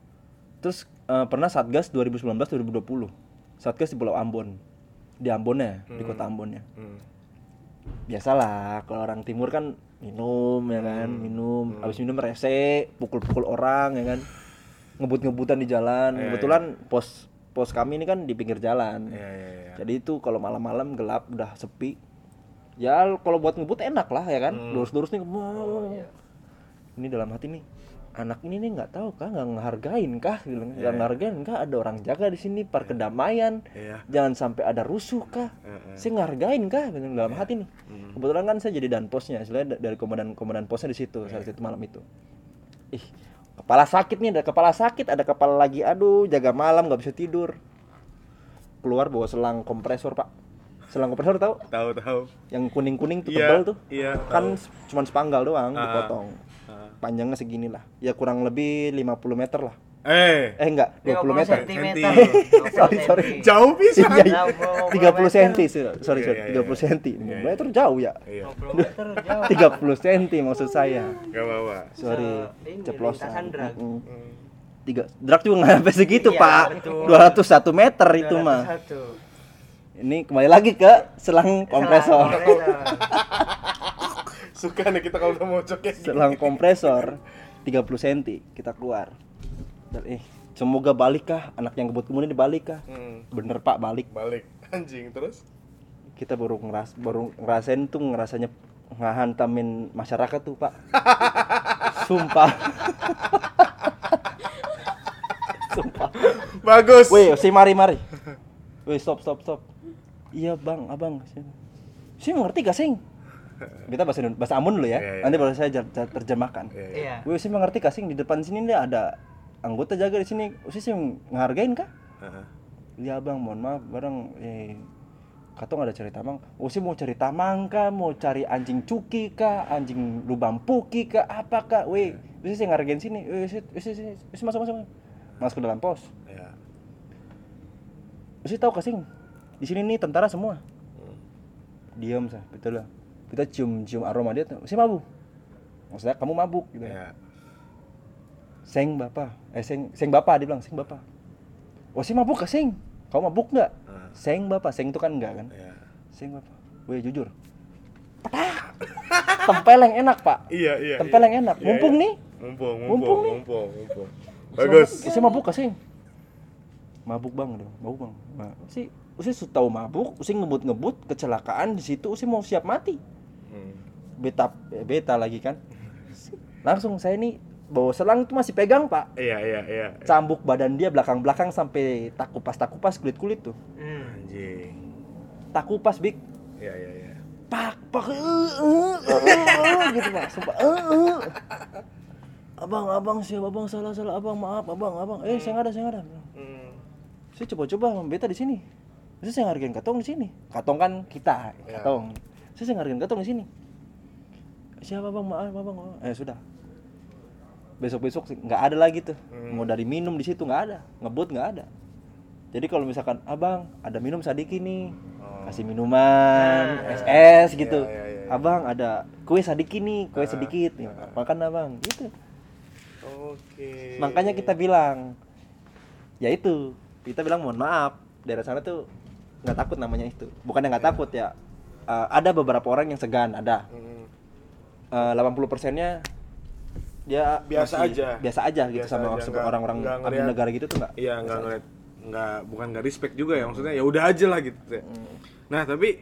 Terus eh, pernah Satgas dua ribu sembilan belas dua ribu dua puluh. Satgas di Pulau Ambon. Di Ambonnya, di kota Ambonnya. Hmm. Biasalah kalau orang timur kan minum ya kan, minum, habis minum rese, pukul-pukul orang ya kan. Ngebut-ngebutan di jalan. Iya, Kebetulan pos pos kami ini kan di pinggir jalan. Iya, iya, iya. Jadi itu kalau malam-malam gelap udah sepi. Ya kalau buat ngebut enak lah ya kan. Lurus-lurus nih. Wow. Ini dalam hati nih. Anak ini nih nggak tahu kah, nggak ngehargain kah, bilang nggak ngehargain kah, ada orang jaga di sini, par kedamaian, Iya. jangan sampai ada rusuh kah, Heeh. saya ngehargain kah, bilang dalam hati nih. Kebetulan kan saya jadi danposnya, istilahnya dari komandan komandan posnya di situ saat itu malam itu. Ih, kepala sakit nih, ada kepala sakit, ada kepala lagi, aduh, jaga malam nggak bisa tidur. Keluar bawa selang kompresor pak, selang kompresor tahu? Tahu, tahu. Yang kuning kuning tuh Iya, tebal tuh, iya, kan cuma sepanggal doang, Ah. dipotong. Panjangnya segini lah, ya kurang lebih lima puluh meter lah. Eh, Eh enggak, dua puluh meter. sentimeter. Sorry, sorry. jauh pisan. Iya, iya. tiga puluh senti, sorry, sorry, Iya, iya, tiga puluh senti. iya, lima iya. meter jauh ya. Iya. dua puluh meter jauh. tiga puluh senti maksud saya. Gak apa-apa. Sorry, Se- ini, ceplosan. lintasan drag. Mm-mm. Tiga, drag juga nggak sampai segitu, Iya, Pak. betul. dua ratus satu meter itu mah. Satu. Ini kembali lagi ke selang kompresor. Suka nih kita kalau udah mojok ya. Selang kompresor tiga puluh senti kita keluar. Dan eh semoga balik kah anak yang ngebut kemudian dibalik kah? Hmm, Bener Pak, balik. balik. Anjing terus. Kita baru ngeras baru ngerasain tuh ngerasanya ngehantamin masyarakat tuh Pak. Sumpah. Sumpah. Bagus. Weh, si mari mari. Weh, stop stop stop. Iya bang, abang. Si mengerti gak sing? Kita bahasa Indon- bahasa Ambon dulu ya. Iya, iya. Nanti baru saya jar- jar- terjemahkan. Iya, iya. Iya. Weh, si mengerti gak sing di depan sini dia ada anggota jaga di sini. Usi sih ngehargain kah? Heeh. Iya bang, mohon maaf, bareng eh katong ada cari tamang. Oh sih mau cari tamang kah, mau cari anjing cuki kah, anjing lubang puki kah, apa kah? Weh, bisa sih ngargain sini. Weh, sih, sih, sih, sih, masuk masuk. Masuk ke dalam pos. Iya. Sih tahu kasing. Di sini nih tentara semua. Hmm. Diam sah, betul lah. Kita cium-cium aroma dia tuh. Sih mabuk. Maksudnya kamu mabuk gitu. Iya. Seng bapak, eh seng seng bapak dia bilang, seng bapak. Oh sih mabuk kah seng? Kamu mabuk nggak? Hmm. Seng bapak, seng itu kan enggak kan? Iya. Seng bapak. Weh jujur. Petak. Tempeleng enak pak. Iya, iya. Tempeleng iya. enak. Iya, Mumpung iya. nih. Mumpung, Mumpung mumpung, nih. mumpung, mumpung. Si Bagus. mabuk- Si mabuk kah seng? Mabuk bang, dong. Mabuk bang. Nah, si usi tahu mabuk, usi ngebut-ngebut kecelakaan di situ, usi mau siap mati. Hmm. Beta beta lagi kan. Langsung saya nih bawa selang itu masih pegang pak. Iya, iya, iya. Cambuk badan dia belakang-belakang sampai tak kupas tak kupas kulit-kulit tuh. Hmm. Anjing. Tak kupas big. Iya, iya, iya. Pak pak uh, uh, uh, uh, gitu pak. Sumpah. Uh, uh. Abang abang siap abang salah salah abang maaf abang abang. Eh saya nggak ada saya nggak ada. Hmm. Saya coba-coba beta di sini. Saya saya ngargain katong di sini. Katong kan kita, Ya. katong. Saya saya ngargain katong di sini. Siapa bang maaf abang. maaf. Eh sudah. Besok-besok sih nggak ada lagi tuh. Hmm. Mau dari minum di situ nggak ada, ngebut nggak ada. Jadi kalau misalkan abang ada minum sadiki nih, Oh. kasih minuman, Nah. es es gitu. Iya, iya, iya. Abang ada kue sadiki nih, kue Ah, sedikit, nih. ah. Makan abang, gitu. Oke. Makanya kita bilang, ya itu, kita bilang mohon maaf, daerah sana tuh nggak takut namanya itu. Bukannya nggak takut ya, eh, ada beberapa orang yang segan, ada. Hmm. Eh, delapan puluh persennya dia Biasa masih aja. biasa aja gitu Biasa sama aja, sama nggak- orang-orang nggak abdi ngeliat- negara gitu tuh nggak. Iya, nggak Biasa ngeliat, nggak bukan nggak respect juga ya, maksudnya ya udah aja lah gitu. Ya. Hmm. Nah tapi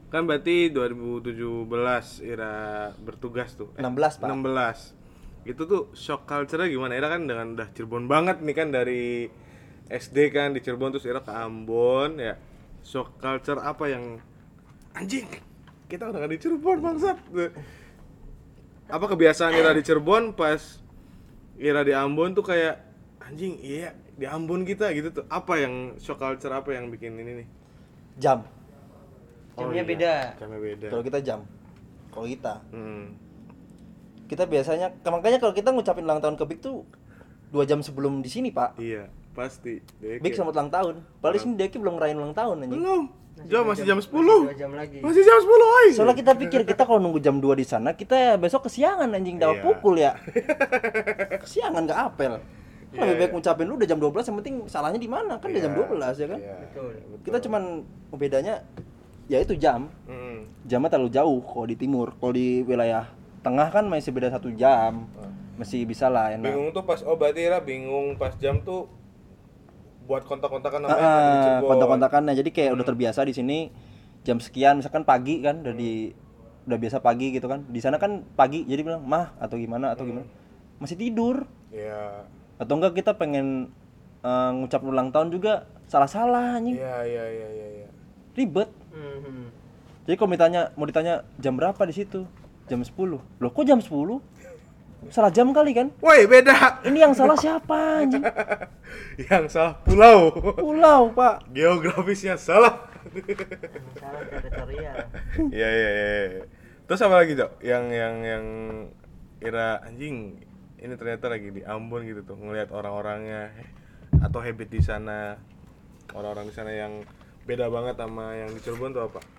Kan berarti dua ribu tujuh belas Ira bertugas tuh. Eh, enam belas, Pak. enam belas. Itu tuh shock culture-nya gimana? Ira kan dengan udah Cirebon banget nih kan dari S D kan di Cirebon terus Ira ke Ambon ya. Shock culture apa yang anjing? Kita udah gak di Cirebon bangsat. Apa kebiasaan Ira di Cirebon pas Ira di Ambon tuh kayak anjing iya di Ambon kita gitu tuh. Apa yang shock culture apa yang bikin ini nih? Jam. Jamnya iya. beda. Jamnya beda. Kalau kita jam. Kalau kita, Hmm. kita biasanya makanya kalau kita ngucapin ulang tahun ke Big tuh dua jam sebelum di sini, Pak. Iya, pasti. Deki. Big selamat ulang tahun. Padahal di sini Deki belum ngerayain ulang tahun anjing. Belum. Jam masih jam Masih sepuluh. dua jam lagi. Masih jam sepuluh, oi. Soalnya kita pikir kita kalau nunggu jam dua di sana, kita besok kesiangan anjing dapat Iya. pukul ya. Kesiangan enggak apel. Iya, Lebih baik iya. ngucapin lu udah jam dua belas, yang penting salahnya di mana? Kan udah jam Iya, dua belas ya kan? iya, Betul. betul. Kita cuman bedanya ya itu jam. Mm. Jamnya terlalu jauh kalau di timur. Kalau di wilayah tengah kan masih beda satu jam. Masih bisa lah enak. Bingung tuh pas oh berarti Ira bingung pas jam tuh buat kontak-kontakan Ah, namanya ada di ah, Cirebon. kontak-kontakannya jadi kayak udah terbiasa di sini jam sekian misalkan pagi kan udah di udah biasa pagi gitu kan. Di sana kan pagi jadi bilang mah atau gimana atau gimana. Masih tidur. Iya. Atau enggak kita pengen eh, ngucap ulang tahun juga salah-salah anjing. Iya, iya, iya, iya, iya. Ribet. Mhm. Jadi kalau ditanya mau ditanya jam berapa di situ? Jam sepuluh. Loh kok jam sepuluh? Salah jam kali kan? Woi, beda. Ini yang salah siapa anjing? Yang salah pulau. Pulau, Pak. Geografisnya salah. Salah teritorial. Iya, iya, iya. iya. Terus apa lagi, Cok? Yang yang yang Ira anjing ini ternyata lagi di Ambon gitu tuh ngelihat orang-orangnya eh, atau habit di sana. Orang-orang di sana yang beda banget sama yang di Cirebon tuh apa?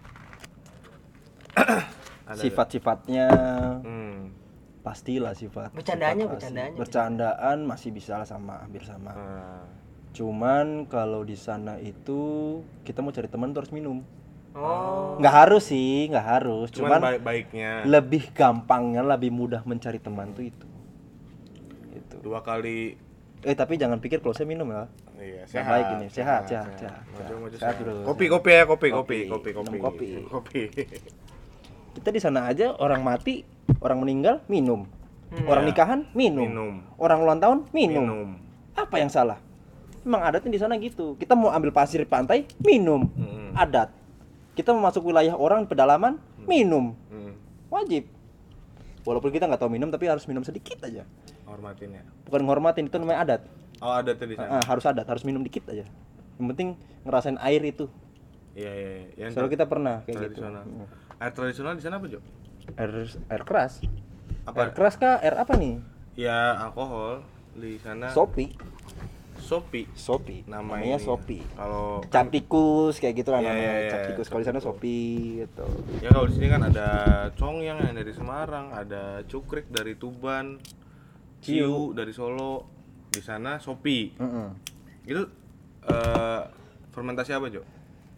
Ada Sifat-sifatnya nggak? Hmm. pastilah sifat. Bercandaannya, sifat pasti. bercandaannya. Bercandaan masih bisa lah sama, hampir sama. Nah, Cuman kalau di sana itu kita mau cari teman tuh harus minum. Oh. Nggak harus sih, nggak harus. cuman Cuman baik-baiknya lebih gampangnya, lebih mudah mencari teman tuh itu. Itu. dua kali Eh tapi jangan pikir kalau saya minum ya. iya Nggak baik ini. Sehat, sehat, sehat. Mojo, mojo Sehat, sehat. bro. Kopi, Sehat. kopi ya, kopi, kopi, Kopi. kopi, kopi. Minum kopi. Kopi. Kita di sana aja orang mati, orang meninggal minum. Hmm. Orang Ya. nikahan minum. Minum. Orang ulang tahun minum. Minum. Apa yang salah? Memang adatnya di sana gitu. Kita mau ambil pasir di pantai, minum. Mm-mm. Adat. Kita mau masuk wilayah orang pedalaman, minum. Hmm. Wajib. Walaupun kita nggak tahu minum, tapi harus minum sedikit aja. Hormatin ya. Bukan nghormatin, itu namanya adat. Oh, ada tuh di sana. Ah, harus adat, harus minum dikit aja. Yang penting ngerasain air itu. Iya, iya, iya. Yang Soalnya kita pernah kayak gitu. tradisional. Mm. Air tradisional di sana apa, Jo? Air air keras. Apa? Air keras kah? Air apa nih? Ya, alkohol di sana. Sopi. Sopi. Sopi. Nama Namanya ini. Sopi. Kalau Cap tikus kayak gitu lah Iya, namanya. iya, iya, Cap tikus. Kalau di sana cap tikus. Sopi gitu. ya kalau di sini kan ada congyang yang dari Semarang, ada cukrik dari Tuban, ciu dari Solo. Di sana Sopi. Heeh. Itu eh fermentasi apa, Jo?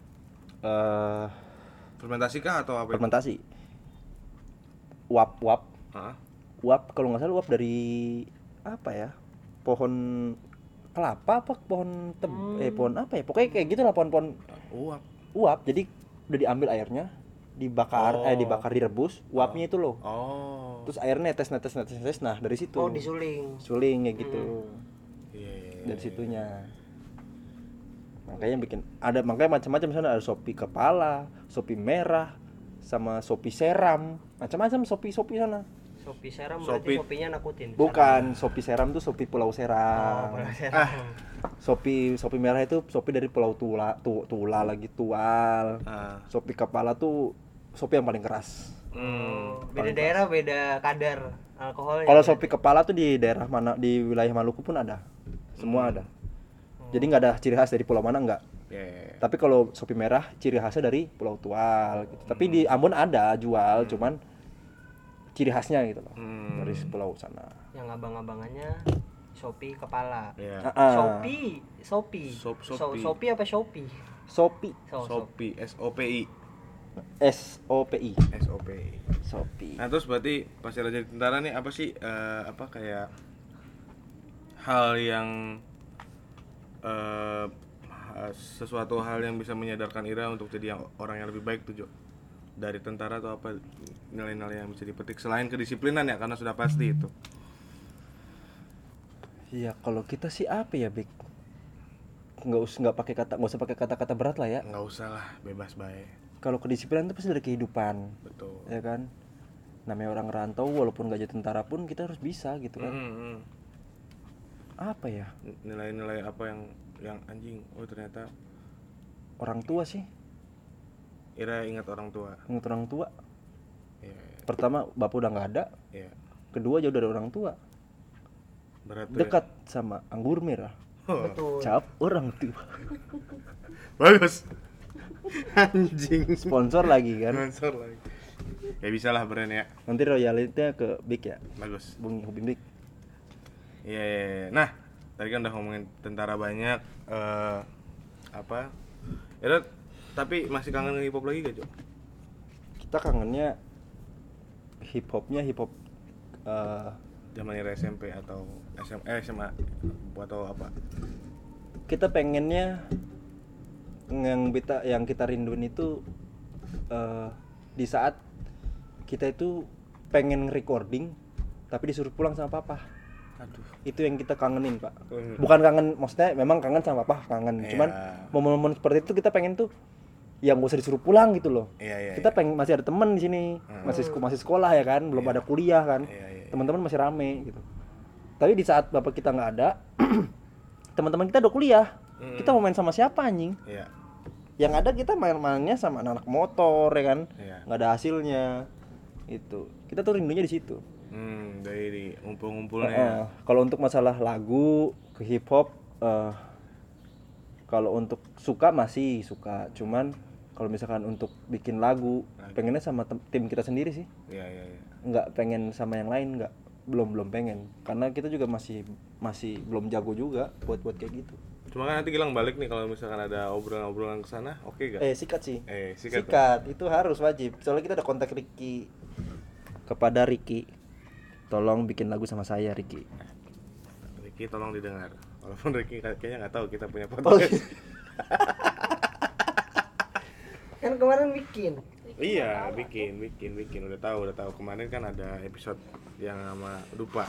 Eh, Fermentasi kah atau apa itu? fermentasi. Uap, uap. Hah? Uap kalau nggak salah uap dari apa ya? Pohon kelapa apa pohon teb eh pohon apa ya? Pokoknya kayak gitu lah pohon-pohon Uap. uap. Jadi udah diambil airnya, dibakar eh Oh. dibakar direbus, uapnya itu loh. Oh. Terus airnya netes netes netes netes. Nah, dari situ. Oh, disuling. Suling kayak gitu. Iya, iya, iya. Dari situnya. Makanya bikin ada makanya macam-macam sana ada sopi kepala, sopi merah, sama sopi seram. Macam-macam sopi-sopi sana. Sopi seram Sopi- berarti sopinya nakutin. Bukan, sopi seram tuh sopi Pulau Oh, Seram. Pulau Seram. Sopi sopi merah itu sopi dari Pulau Tula, tu, Tula lagi Tual. Ah. Sopi kepala tuh sopi yang paling keras. Hmm. Beda daerah beda kadar alkoholnya. Kalau sopi kepala tuh di daerah mana di wilayah Maluku pun ada. Semua ada. Jadi nggak ada ciri khas dari pulau mana enggak. Ya, ya, ya. Tapi kalau sopi merah ciri khasnya dari Pulau Tual gitu. Tapi di Ambon ada jual, cuman ciri khasnya gitu loh. Hmm. Dari pulau sana. yang abang-abangannya Sopi kepala. Ya. Ah, ah. Sopi, Sopi. Sop- So- Sopi. Sopi apa Shopee? Sopi, So, so- Sopi, S O P I. S O P I. S O P I. Sopi. Nah, terus berarti pas Ira jadi tentara nih apa sih eh, apa kayak hal yang eh, ha- sesuatu hal yang bisa menyadarkan Ira untuk jadi yang, orang yang lebih baik tuh, Jo? dari tentara atau apa nilai-nilai yang bisa dipetik selain kedisiplinan ya karena sudah pasti itu. Iya, kalau kita sih apa ya, Bik? Nggak usah nggak pakai kata nggak usah pakai kata-kata berat lah ya. Nggak usah lah, bebas baik. Kalau kedisiplinan itu pasti dari kehidupan, Betul. ya kan? Namanya orang rantau, walaupun nggak jadi tentara pun kita harus bisa gitu kan. Mm-hmm. Apa ya? Nilai-nilai apa yang yang anjing? Oh ternyata Orang tua sih, Ira ingat orang tua. ingat orang tua. Iya, iya, Pertama, bapak udah nggak ada. iya. Kedua, jauh dari orang tua. Berat tuh Dekat sama anggur merah. ya. Oh, Betul. Cap orang tua. bagus. Anjing. Sponsor lagi kan. Sponsor lagi. Ya bisa lah brand ya. Nanti royalty-nya ke Big ya. Bagus. Bung Hubin Big. Iya, iya, iya. Nah, tadi kan udah ngomongin tentara banyak eh apa? Ya, tapi masih kangen hip hop lagi gak, Jo? Kita kangennya hip hopnya hip hop uh, Zaman era S M P atau S M A, eh, S M A atau apa? kita pengennya yang kita yang kita rinduin itu uh, di saat kita itu pengen recording tapi disuruh pulang sama papa. Aduh. Itu yang kita kangenin, Pak. Hmm. Bukan kangen, maksudnya memang kangen sama papa, kangen. Iya. Cuman momen-momen seperti itu kita pengen tuh yang gak usah disuruh pulang gitu loh. Iya, iya. Kita iya. pengen masih ada teman di sini, Hmm. masih sek- masih sekolah ya kan, belum Iya. ada kuliah kan. Iya, iya, iya. Teman-teman masih rame gitu. Tapi di saat bapak kita nggak ada, teman-teman kita udah kuliah. Hmm. Kita mau main sama siapa anjing? Iya. Yang ada kita main-mainnya sama anak-anak motor ya kan. Iya. Nggak ada hasilnya. Itu. Kita tuh rindunya di situ. Hmm, dari di ngumpul-ngumpulnya. Heeh. Kalau untuk masalah lagu ke hip hop, eh, kalau untuk suka masih suka. Cuman kalau misalkan untuk bikin lagu, Lagu. pengennya sama tem- tim kita sendiri sih. Iya, iya, iya. Nggak pengen sama yang lain, nggak. Belum belum pengen. Karena kita juga masih masih belum jago juga buat buat kayak gitu. Cuma kan nanti Gilang balik nih kalau misalkan ada obrolan-obrolan ke sana, oke gak? Eh sikat sih. Eh, sikat. Sikat, itu harus wajib. Soalnya kita ada kontak Ricky. Kepada Ricky, tolong bikin lagu sama saya Ricky. Ricky tolong didengar. Walaupun Ricky kayaknya nggak tahu kita punya Oh, podcast. Kan kemarin bikin. Iya, bikin, bikin, bikin. Udah tahu, udah tahu. Kemarin kan ada episode yang sama Dupa.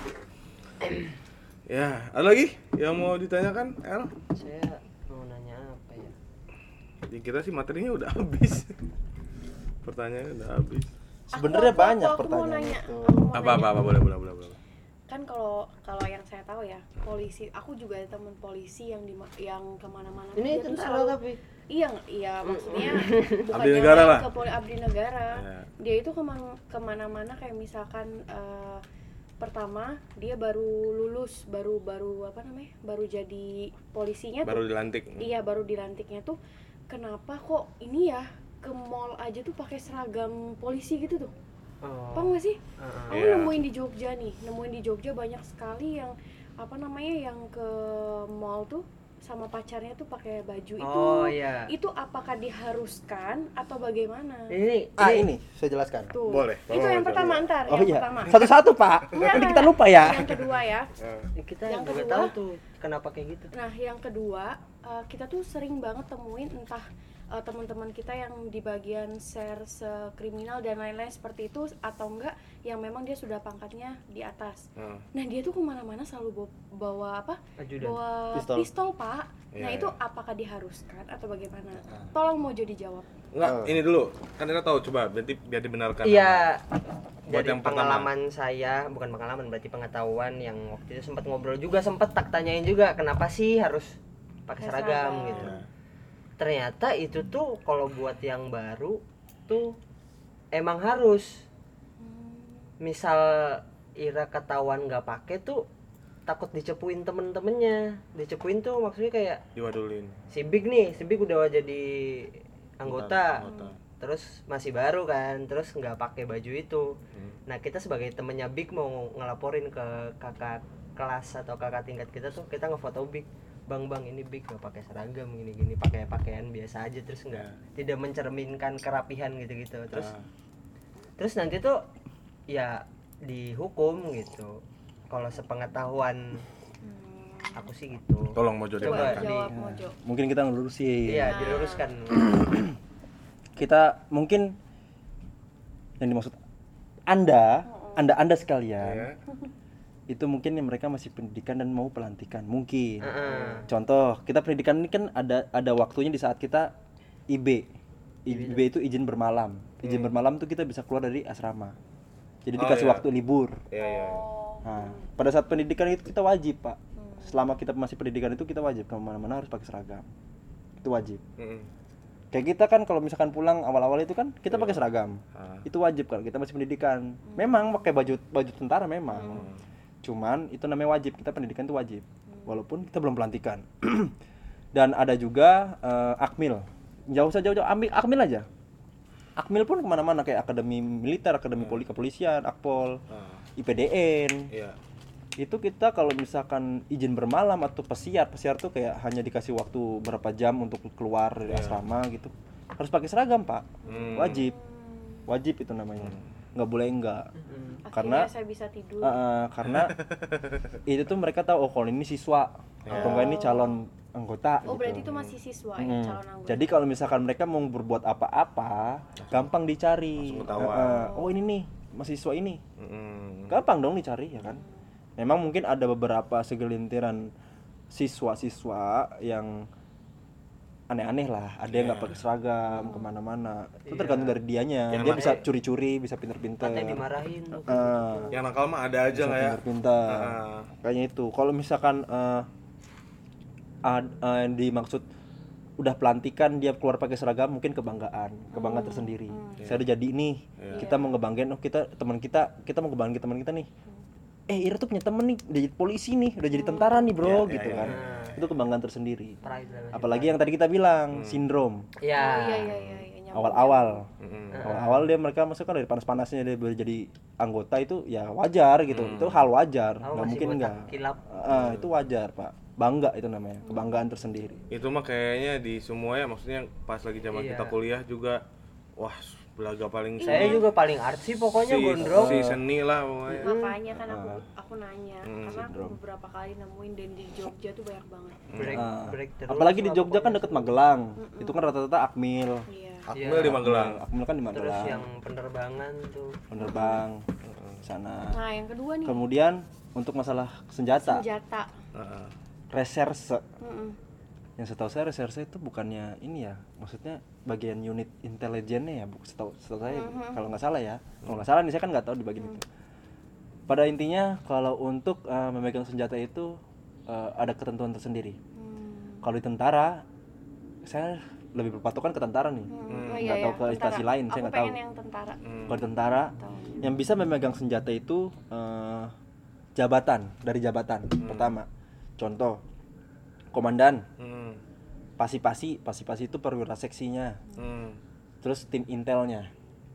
Ya, ada lagi yang mau ditanyakan, El? Saya mau nanya apa ya? Di kita sih materinya udah habis. Pertanyaannya udah habis. Sebenarnya Aku- aku- banyak aku mau pertanyaan nanya, itu. aku mau Apa apa nanya. apa boleh boleh boleh boleh. Kan kalau kalau yang saya tahu ya, polisi, aku juga ada teman polisi yang di yang kemana-mana tuh Ini dia tuh tentara selalu- tapi. iya iya maksudnya bukan Abdi yang negara lain lah. ke poli abdi negara. Ya. Dia itu kemana kemana-mana kayak misalkan eh, pertama dia baru lulus, baru baru apa namanya, baru jadi polisinya Baru tuh. dilantik. Iya baru dilantiknya tuh, kenapa kok ini ya ke mall aja tuh pakai seragam polisi gitu tuh? Oh. Paham gak sih? Heeh. Aku Iya. nemuin di Jogja nih, nemuin di Jogja banyak sekali yang apa namanya yang ke mall tuh sama pacarnya tuh pakai baju itu. Oh iya. Itu apakah diharuskan atau bagaimana? Ini Ah ini saya jelaskan. Tuh. Boleh, Itu tolong yang aja, pertama boleh. ntar, Oh yang iya. pertama. Satu-satu Pak. Enggak, Nanti kita enggak. lupa ya. Yang kedua ya. Eh, kita Yang juga kedua. tahu tuh kenapa kayak gitu. Nah, yang kedua, uh, kita tuh sering banget temuin entah uh, teman-teman kita yang di bagian share kriminal dan lain-lain seperti itu atau enggak yang memang dia sudah pangkatnya di atas. eh. Nah, dia tuh kemana-mana selalu bawa, bawa apa? Ajudan. Bawa Pistol. pistol, Pak. Nah, Iya, itu iya. apakah diharuskan atau bagaimana? Tolong Mojo dijawab. Enggak, Oh. ini dulu. Kan kita tahu coba berarti biar dibenarkan. Iya. Buat Dari yang pertama. pengalaman saya, bukan pengalaman berarti pengetahuan yang waktu itu sempat ngobrol juga, sempat tak tanyain juga kenapa sih harus pakai Pakai seragam seragam. gitu. Ya. Ternyata itu tuh kalau buat yang baru tuh emang harus. Misal Ira ketahuan nggak pakai tuh takut dicepuin temen-temennya. Dicepuin tuh maksudnya kayak Diwadulin. si Big nih, si Big udah jadi anggota. Anggota. Terus masih baru kan, terus nggak pakai baju itu. Hmm. Nah kita sebagai temennya Big mau ngelaporin ke kakak kelas atau kakak tingkat kita tuh, kita ngefoto Big, bang bang ini Big nggak pakai seragam gini gini, pakai pakaian biasa aja, terus nggak tidak mencerminkan kerapihan gitu gitu. Terus Ah. terus nanti tuh ya dihukum gitu. Kalau sepengetahuan aku sih gitu. Tolong Mojo Coba dibenarkan. di- Jawab Mojo. Mungkin kita ngelurusin. Iya diluruskan. Kita mungkin yang dimaksud Anda, Anda Anda sekalian. Ya. Itu mungkin yang mereka masih pendidikan dan mau pelantikan mungkin. Heeh. Contoh, kita pendidikan ini kan ada ada waktunya di saat kita I B. I B itu izin bermalam. Izin bermalam tuh kita bisa keluar dari asrama. Jadi Oh, dikasih iya. waktu libur. Iya, iya. Oh. Nah, pada saat pendidikan itu kita wajib, Pak. Selama kita masih pendidikan itu kita wajib kemana-mana harus pakai seragam. Itu wajib. Mm-mm. Kayak kita kan kalau misalkan pulang awal-awal itu kan kita pakai seragam. Ah. Itu wajib kalau kita masih pendidikan. Memang pakai baju baju tentara memang. Cuman itu namanya wajib, kita pendidikan itu wajib. Walaupun kita belum pelantikan. Dan ada juga eh, Akmil. Jauh saja jauh, ambil Akmil aja. Akmil pun kemana-mana kayak akademi militer, akademi poli kepolisian, Akpol, Ah. I P D N. Iya. Itu kita kalau misalkan izin bermalam atau pesiar, pesiar tuh kayak hanya dikasih waktu berapa jam untuk keluar dari asrama gitu. Harus pakai seragam, Pak. Hmm. Wajib. Wajib itu namanya. Nggak boleh enggak. Akhirnya Karena saya bisa tidur. Uh, uh, karena itu tuh mereka tahu oh kalau ini siswa atau enggak ini calon anggota Oh, gitu. berarti itu masih siswa ya, Hmm. calon anggota. Jadi kalau misalkan mereka mau berbuat apa-apa, gampang dicari. langsung ketahuan. Uh, uh, oh ini nih mahasiswa ini, Mm-mm. gampang dong dicari ya kan. Memang mungkin ada beberapa segelintiran siswa-siswa yang aneh-aneh lah, ada yang nggak pakai seragam kemana-mana. Itu tergantung dari dianya. Yang Dia mana- bisa curi-curi, bisa pinter-pinter. Katanya dimarahin tuh. Uh, Yang nakal mah ada aja lah ya. pintar-pintar. Ah. Kayaknya itu. Kalau misalkan eh, ad- eh, dimaksud udah pelantikan dia keluar pakai seragam, mungkin kebanggaan, kebanggaan tersendiri. Saya udah jadi nih. Kita mau ngebanggain, oh kita teman kita, kita mau ngebanggain teman kita nih. Eh, Ira tuh punya temen nih, udah jadi polisi nih, udah jadi tentara nih, Bro, Iya, gitu iya, kan. Itu kebanggaan tersendiri. Pride lah. Apalagi yang tadi kita bilang, sindrom. Ya. Oh, iya iya iya, iya nyambung. Awal-awal. Mm-mm. Awal-awal dia mereka masuk kan dari panas-panasnya dia baru jadi anggota itu ya wajar gitu. Itu hal wajar, Tahu nggak masih mungkin botak, enggak. kilap. Ah, itu wajar, Pak. Bangga itu namanya, kebanggaan tersendiri. Itu mah kayaknya di semua ya, maksudnya pas lagi zaman Iya. kita kuliah juga, wah belaga paling Saya juga paling artsy pokoknya si, gondrong. si seni lah pokoknya. Makanya kan aku aku nanya Hmm, karena aku beberapa kali nemuin dan di Jogja tuh banyak banget. Break, Ah. break terus. Apalagi di lah Jogja kan pokoknya. deket Magelang. Itu kan rata-rata Akmil. Iya. Akmil di Magelang. Akmil kan di Terus Magelang. yang penerbangan tuh. Penerbang sana. Nah, yang kedua nih, Kemudian untuk masalah senjata, senjata. Heeh. reserse. Mm-mm. Yang setahu saya reserse itu bukannya ini ya, maksudnya bagian unit intelijennya ya, bu- setahu, setahu saya kalau nggak salah ya, kalau nggak salah nih saya kan nggak tahu di bagian itu. Pada intinya kalau untuk uh, memegang senjata itu uh, ada ketentuan tersendiri. Hmm. Kalau di tentara, saya lebih berpatokan ke tentara nih. Hmm. Oh, Nggak iya, tahu iya, ke instansi tentara. lain, saya Aku nggak tahu. pengen yang tentara. Kalau di tentara, yang bisa memegang senjata itu uh, jabatan dari jabatan pertama. Contoh, komandan. Hmm. Pasi-pasi, pasi-pasi itu perwira seksinya. Hmm. Terus tim intelnya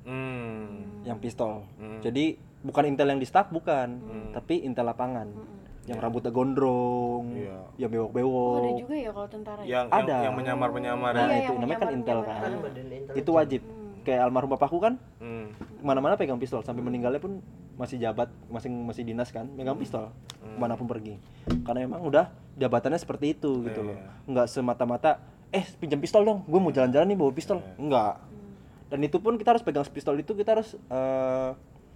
Hmm. yang pistol. Hmm. Jadi bukan intel yang di staff bukan, tapi intel lapangan. Yang rambutnya gondrong, Iya. yang Oh, ada bewok-bewok. juga ya kalau tentara ya? Yang, Ada. yang yang menyamar-menyamar Nah, ya. Iya, itu yang namanya kan intel menyamar-menyamar. kan. Kan badan intelijen. Itu wajib. Kayak almarhum bapakku kan Hmm. kemana-mana pegang pistol sampai meninggalnya pun masih jabat, masih masih dinas kan, megang pistol kemanapun pergi. Karena memang udah jabatannya seperti itu gitu loh. Nggak semata-mata eh pinjam pistol dong, gue mau jalan-jalan nih bawa pistol. Enggak. Dan itu pun kita harus pegang pistol itu kita harus eh,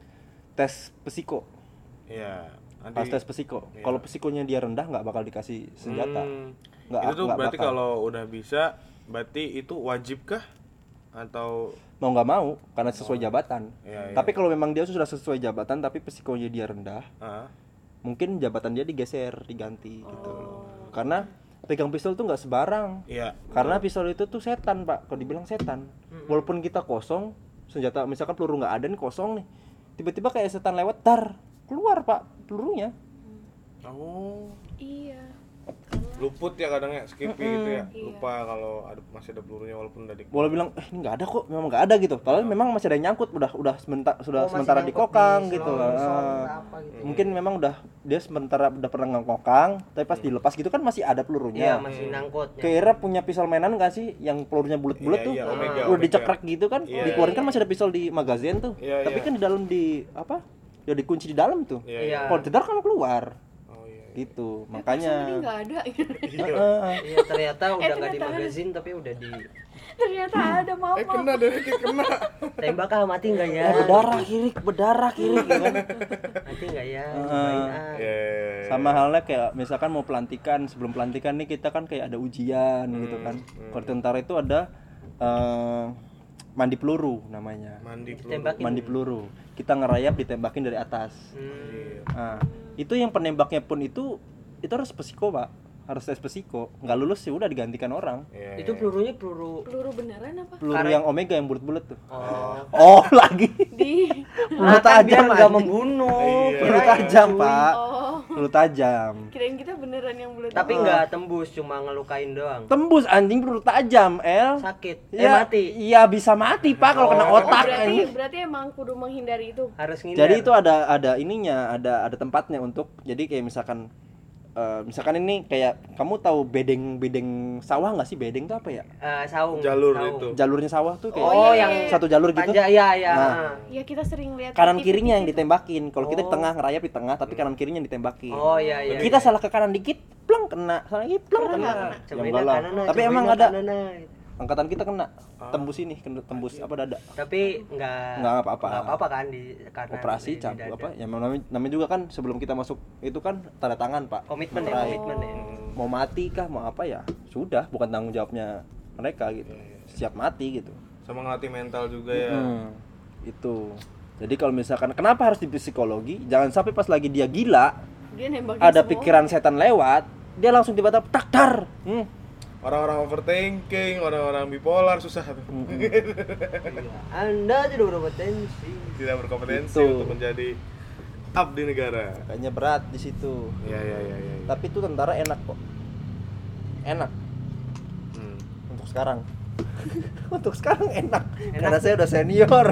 tes psiko. Iya. Nanti- Pas tes psiko. Iya. Kalau psikonya dia rendah nggak bakal dikasih senjata. Hmm. Nggak, itu tuh nggak berarti bakal. kalau udah bisa, berarti itu wajib kah? Atau Mau nggak mau karena sesuai jabatan. Iya, iya. Tapi kalau memang dia sudah sesuai jabatan tapi psikonya dia rendah, ah? mungkin jabatan dia digeser, diganti gitu. Karena pegang pistol tuh nggak sebarang. Iya. Karena pistol itu tuh setan, Pak. Kalau dibilang setan. Walaupun kita kosong, senjata misalkan peluru nggak ada nih kosong nih. Tiba-tiba kayak setan lewat, tar keluar, Pak, pelurunya. Oh. Iya. Luput ya kadang ya, skippy gitu ya. Iya. Lupa kalau ada masih ada pelurunya walaupun udah di. Boleh bilang, eh ini nggak ada kok, memang nggak ada gitu. Padahal memang masih ada yang nyangkut, udah udah sementara sudah Oh, masih sementara nyangkut dikokang di gitu. selong- selong Ah. apa gitu. Mungkin memang udah dia sementara udah pernah ngokang, tapi pas dilepas gitu kan masih ada Iya, pelurunya. masih nangkut. ya. Kira punya pisau mainan nggak sih yang pelurunya bulat-bulat Iya, tuh? iya, Omega, Udah Omega. dicekrek gitu kan? Iya, Dikeluarin iya. kan masih ada pisau di magazin tuh. Iya, Tapi iya. kan di dalam di apa? Ya dikunci di dalam tuh. Iya. Iya. Kalau jedar kan keluar. Oh iya. gitu. Eh, Makanya kok ini nggak ada. Heeh. Iya, ternyata udah nggak di ternyata ada. magazin tapi udah di Ternyata ada mama. Eh kena deh, kena. tembak ah, mati nggak ya? Eh, berdarah kirik, berdarah kirik gitu kan. Mati nggak ya? Heeh. Cobain ah. Ya. Sama halnya kayak misalkan mau pelantikan, sebelum pelantikan nih kita kan kayak ada ujian gitu kan. Kalau tentara itu ada eh, mandi peluru namanya. Mandi peluru. Tembakin. Mandi peluru. Kita ngerayap ditembakin dari atas. Hmm. Nah, itu yang penembaknya pun itu itu harus psiko, Pak. Harus tes psiko. Nggak lulus sih udah digantikan orang. Ya, Itu ya. pelurunya peluru. Peluru beneran apa? Peluru Karet. yang omega yang bulat-bulat tuh. Oh. Oh, lagi. Di Peluru Nah, kan biar tajam nggak anjing. membunuh. Iya. Peluru Kirain, tajam, cuy. Pak. oh, Peluru tajam. kirain kita beneran yang bulat. Tapi nggak tembus, cuma ngelukain doang. Tembus anjing peluru tajam, El. Sakit. Eh Iya, mati. Iya, bisa mati, Pak, kalau kena Oh. otak berarti anjing. berarti emang kudu menghindari itu. Harus ngindar. Jadi itu ada ada ininya, ada ada tempatnya untuk jadi kayak misalkan eh, misalkan ini kayak kamu tahu bedeng-bedeng sawah nggak sih? Bedeng itu apa ya? Eh, saung. Jalur saung. itu. Jalurnya sawah tuh kayak Oh, iya, yang iya. satu jalur gitu. panjang ya ya. Nah. Ya kita sering lihat Kanan di T V kirinya yang itu. ditembakin. Kalau kita di Oh. tengah ngerayap di tengah, tapi kanan kirinya yang ditembakin. Oh iya iya. Kita salah ke kanan dikit, pleng kena. Salah lagi pleng Kena, kena. kena. Ya Cobain enggak lah. kanan, Tapi cobain emang kanan, ada nah. angkatan kita kena tembus ini, kena tembus apa dada. Tapi nggak Nggak apa-apa. nggak apa-apa kan di karena Operasi di- di cabut dada. apa? Ya namanya, namanya juga kan sebelum kita masuk itu kan tanda tangan, Pak. Komitmen ya, Meterai. komitmen ya. Mau mati kah mau apa ya sudah, bukan tanggung jawabnya mereka gitu. Siap mati gitu. Sama ngelatih mental juga ya. Hmm, itu. Jadi kalau misalkan kenapa harus di psikologi? Jangan sampai pas lagi dia gila, Dia nembakin ada semua. pikiran setan lewat, dia langsung tiba-tiba tak dar. Hmm. Orang-orang overthinking, orang-orang bipolar susah tuh. Anda tidak berpotensi. Tidak berkompetensi Itu. untuk menjadi abdi negara. Kayaknya berat di situ. Ya ya ya ya. ya. Tapi itu tentara enak kok. Enak Hmm. untuk sekarang. Untuk sekarang enak, karena saya udah senior.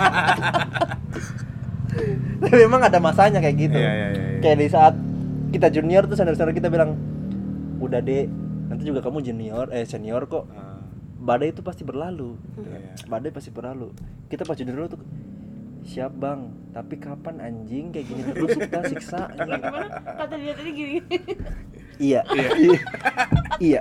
Tapi memang ada masanya kayak gitu. Iya, iya, iya, iya. Kayak di saat kita junior tuh senior-senior kita bilang, udah deh, nanti juga kamu junior, eh senior kok. Ah, Badai itu pasti berlalu. iya, iya. Badai pasti berlalu. Kita pas junior dulu tuh, siap bang, tapi kapan anjing kayak gini terus kita siksa. Gimana kata dia tadi gini. Iya. Iya. Iya.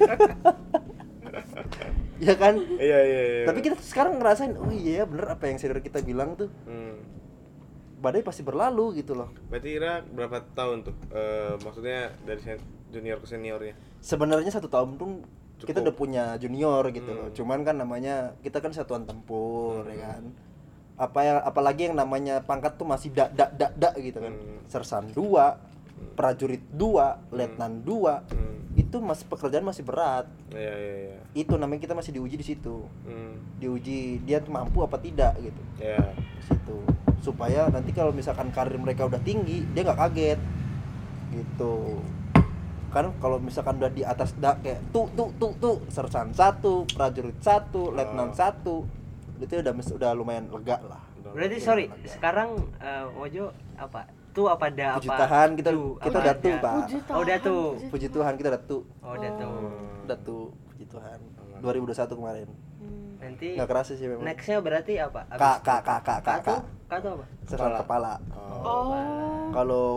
Ya kan? Iya iya iya. Tapi kita sekarang ngerasain, oh iya bener apa yang senior kita bilang tuh. Hmm. Badai pasti berlalu gitu loh. Berarti Ira berapa tahun tuh? Eh, maksudnya dari sen- junior ke seniornya? Sebenarnya satu tahun pun kita Cukup. udah punya junior gitu Hmm. loh. Cuman kan namanya kita kan satuan tempur ya kan. Apa ya apalagi yang namanya pangkat tuh masih dak dak dak dak gitu kan. Hmm. Sersan dua, prajurit dua, letnan dua. Hmm. Itu masih pekerjaan masih berat. Iya iya iya. Itu namanya kita masih diuji di situ. Hmm. Diuji dia tuh mampu apa tidak gitu. Ya. Di situ. Supaya nanti kalau misalkan karir mereka udah tinggi, dia nggak kaget. Gitu. Kan kalau misalkan udah di atas dak kayak tuh tuh tuh tuh sersan satu, prajurit satu, letnan satu, itu udah mes- udah lumayan lega lah. Berarti sorry, sekarang eh, Wojo apa? Tuh apa da Puji apa? Tuhan kita Tuh, kita apa udah tuh da? Pak. Puji Oh, udah tuh. Tuhan, Puji Tuhan kita udah tuh. Oh, udah tuh. Udah tuh puji Tuhan. dua ribu dua puluh satu kemarin. Hmm. Nanti Nggak kerasa sih memang. nextnya berarti apa? Kak kak kak kak kak Kak tuh, kak. kak tuh apa? Sersan kepala. Oh. Oh. Kalau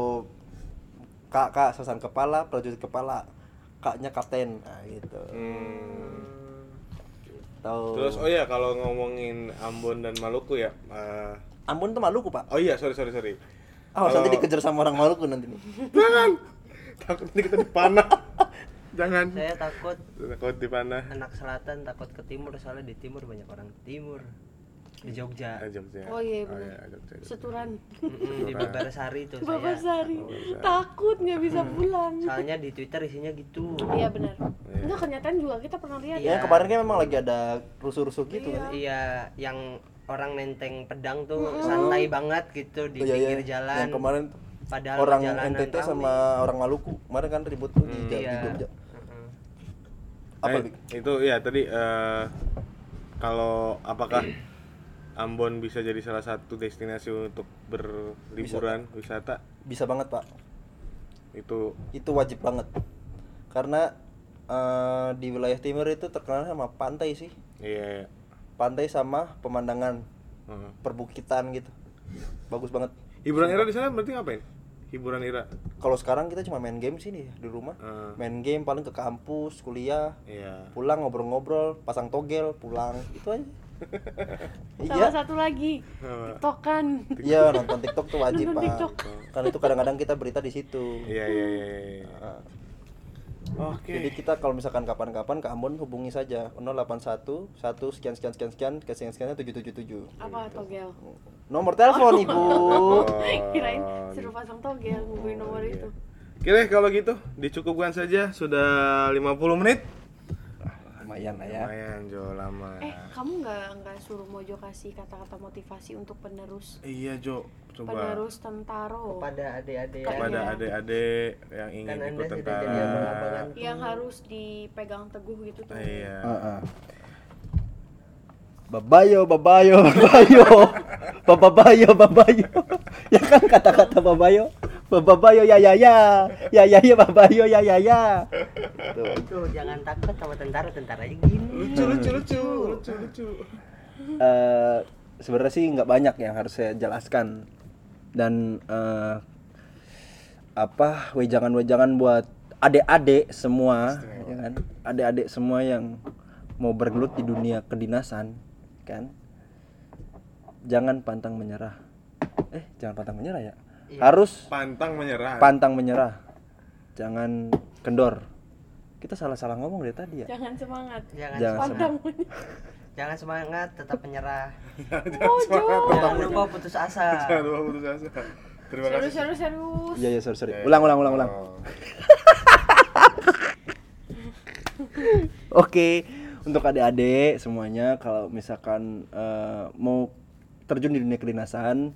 kak kak sersan kepala, prajurit kepala, kaknya kapten. Nah, gitu. Hmm. Tahu. Terus oh ya kalau ngomongin Ambon dan Maluku ya. eh, Ambon tuh Maluku, Pak. oh iya sorry sorry sorry. Awas Kalau- nanti dikejar sama orang Maluku nanti nih. Jangan. Takut nanti kita dipanah. Jangan. Saya takut Takut dipanah. anak selatan takut ke timur soalnya di timur banyak orang timur. Di Jogja. Ah, Jogja. Oh iya benar. iya, Jogja, Jogja. Seturan. Mm-mm, di Babarsari tuh Bapak saya. Sari takut nggak bisa pulang. Soalnya di Twitter isinya gitu. Iya benar. Enggak kenyataan juga kita pernah lihat. Ya kemarin kan memang lagi ada rusuh-rusuh gitu kan. Iya, yang orang nenteng pedang tuh santai banget gitu di Oh, iya, iya. pinggir jalan. Yang kemarin tuh Padahal orang jalanan N T T rame. sama orang Maluku. Kemarin kan ribut tuh di, di Iya. Jogja. Heeh. Apa Eh, Bik? itu ya tadi eh, kalau apakah Ambon bisa jadi salah satu destinasi untuk berliburan wisata, Bisa banget, Pak. itu Itu wajib banget. Karena eh, di wilayah timur itu terkenal sama pantai sih. iya Pantai sama pemandangan heeh. perbukitan gitu. Bagus banget. Hiburan era di sana berarti ngapain? hiburan Ira? Kalau sekarang kita cuma main game sih nih di rumah. Eh. Main game paling ke kampus, kuliah, Iya. pulang ngobrol-ngobrol, pasang togel, pulang. Itu aja. Sama Iya. satu lagi, Apa? TikTokan. Iya, nonton TikTok tuh wajib, Nonton Pak. TikTok. Kan itu kadang-kadang kita berita di situ. Iya iya iya. iya. Nah, Oke. Jadi kita kalau misalkan kapan-kapan ke Ambon hubungi saja nol delapan satu satu sekian sekian sekian sekian ke sekian sekian tujuh tujuh tujuh. Apa togel? Nomor telepon Ibu. Oh. Kirain suruh pasang togel, ngubungin nomor Iya. itu. Oke deh kalau gitu dicukupkan saja sudah lima puluh menit. Lumayan lah ya. Lumayan Jo lama. Eh, kamu nggak nggak suruh Mojo kasih kata-kata motivasi untuk penerus Iya Jo, coba penerus Tentaro Kepada adik-adik kepada Iya. adik-adik yang ingin kan Anda ikut sudah tentang jadi abang-abangan tuh. yang harus dipegang teguh gitu tuh. Iya. Heeh. Babayo, babayo, babayo. Babayo, babayo. Ya kan kata-kata babayo. Babayo ya ya ya. Ya ya ya babayo ya ya ya. Tuh. Tuh jangan takut sama tentara, tentara aja gini. Lucu lucu lucu lucu lucu. Eh, sebenarnya sih nggak banyak yang harus saya jelaskan dan eh, apa wejangan-wejangan buat adik-adik semua, ya kan? Adik-adik semua yang mau bergelut di dunia kedinasan, kan? Jangan pantang menyerah. Eh, jangan pantang menyerah ya. Iya. Harus Pantang menyerah. pantang menyerah. Jangan kendor. Kita salah-salah ngomong dari tadi ya. Jangan semangat. Jangan, Jangan semangat. Pantang. Jangan semangat, tetap menyerah. Mojo. Jangan lupa putus asa. Jangan lupa putus asa. Terima kasih. Serius serius serius. Iya ya, sorry sorry. Ulang ulang ulang ulang. Oh. Oke, untuk adik-adik semuanya kalau misalkan eh, mau terjun di dunia kedinasan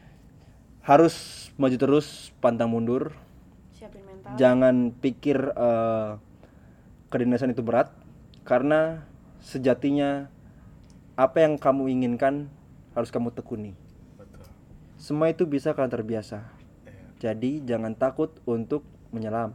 harus maju terus, pantang mundur. Siapin mental. Jangan pikir eh, kedinasan itu berat karena sejatinya apa yang kamu inginkan harus kamu tekuni. Betul. Semua itu bisa kalian terbiasa. Iya. Jadi jangan takut untuk menyelam.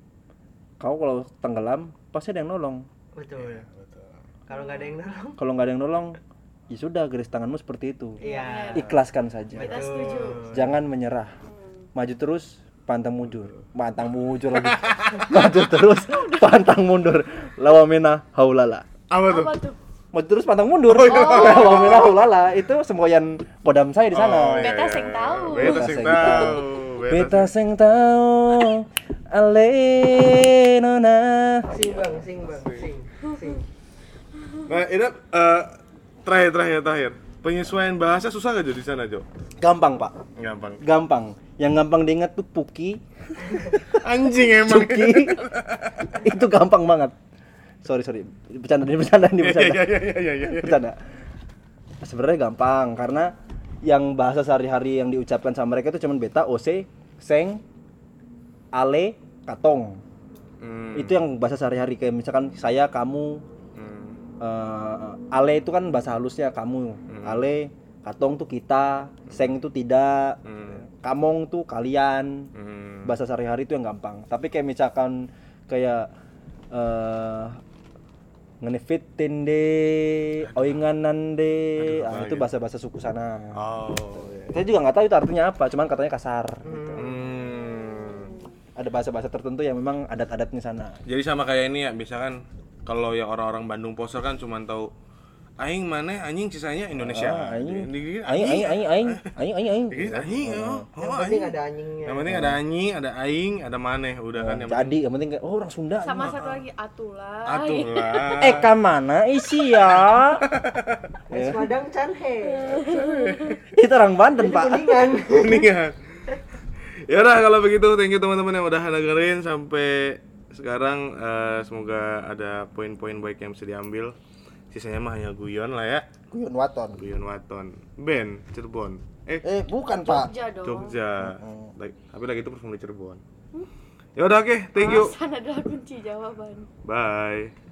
Kau kalau tenggelam pasti ada yang nolong. Betul. Iya, betul. Kalau nggak ada yang nolong. Kalau nggak ada yang nolong, ya sudah garis tanganmu seperti itu. Iya. Ikhlaskan saja. Kita setuju. Jangan menyerah. Hmm. Maju terus, pantang mundur. Pantang mundur lagi. Maju terus, pantang mundur. Lawamena haulala. Apa tuh? Apa tuh? Maju terus, pantang mundur. Lawamena haulala itu semboyan kodam saya di sana. Oh, iya, Beta iya, sing iya. tahu. Beta Beta sing sing tahu. Beta sing tahu. Ale nona. Sing bang, sing bang, sing, sing. Nah, ini eh, terakhir terakhir terakhir. Penyesuaian bahasa susah gak Jo di sana Jo? Gampang, Pak. Gampang. Gampang. Yang gampang diingat tuh Puki, Anjing emang. Cuki. Itu gampang banget. Sorry, sorry. Bercanda ini bercanda ini Iya bercanda. iya iya iya iya. iya. Bercanda. Sebenarnya gampang karena yang bahasa sehari-hari yang diucapkan sama mereka itu cuman beta, ose, seng, ale, katong. Hmm. Itu yang bahasa sehari-hari kayak misalkan saya, kamu, Hmm. eh, ale itu kan bahasa halusnya kamu, ale, katong tuh kita, seng itu tidak, Hmm. kamong tuh kalian. Hmm. Bahasa sehari-hari itu yang gampang. Tapi kayak misalkan kayak eh ngenefitin deh, oinganan deh, Aduh, ah, apa itu gitu? bahasa-bahasa suku sana. Oh. Saya juga nggak tahu itu artinya apa, cuman katanya kasar. Gitu. Hmm. Ada bahasa-bahasa tertentu yang memang adat-adatnya sana. Jadi sama kayak ini ya, misalkan kalau yang orang-orang Bandung poser kan cuma tahu aing maneh anjing sisanya Indonesia. Ah, aing, Di- di- aing, aing, aing, aing, aing, aing, aing. Dikit anjing. Oh, Yang oh, penting anjing. ada anjingnya. Yang penting ada anjing, ada aing, ada maneh, udah kan yang Jadi yang penting kayak oh orang Sunda. Sama satu lagi atulah. atuh lah. Eh ke mana isi ya? Es Padang Canhe. Kita orang Banten, Pak. Kuningan. Kuningan. Ya udah kalau begitu thank you teman-teman yang udah dengerin sampai sekarang. Eh, semoga ada poin-poin baik yang bisa diambil. Sisanya mah hanya guyon lah ya. Guyon Waton. Guyon Waton. Ben Cirebon. Eh Eh, bukan, Pak. Jogja dong. Jogja. Like, tapi lagi itu perform di Cirebon. Ya udah oke, thank you. Alasan adalah kunci jawaban. Bye.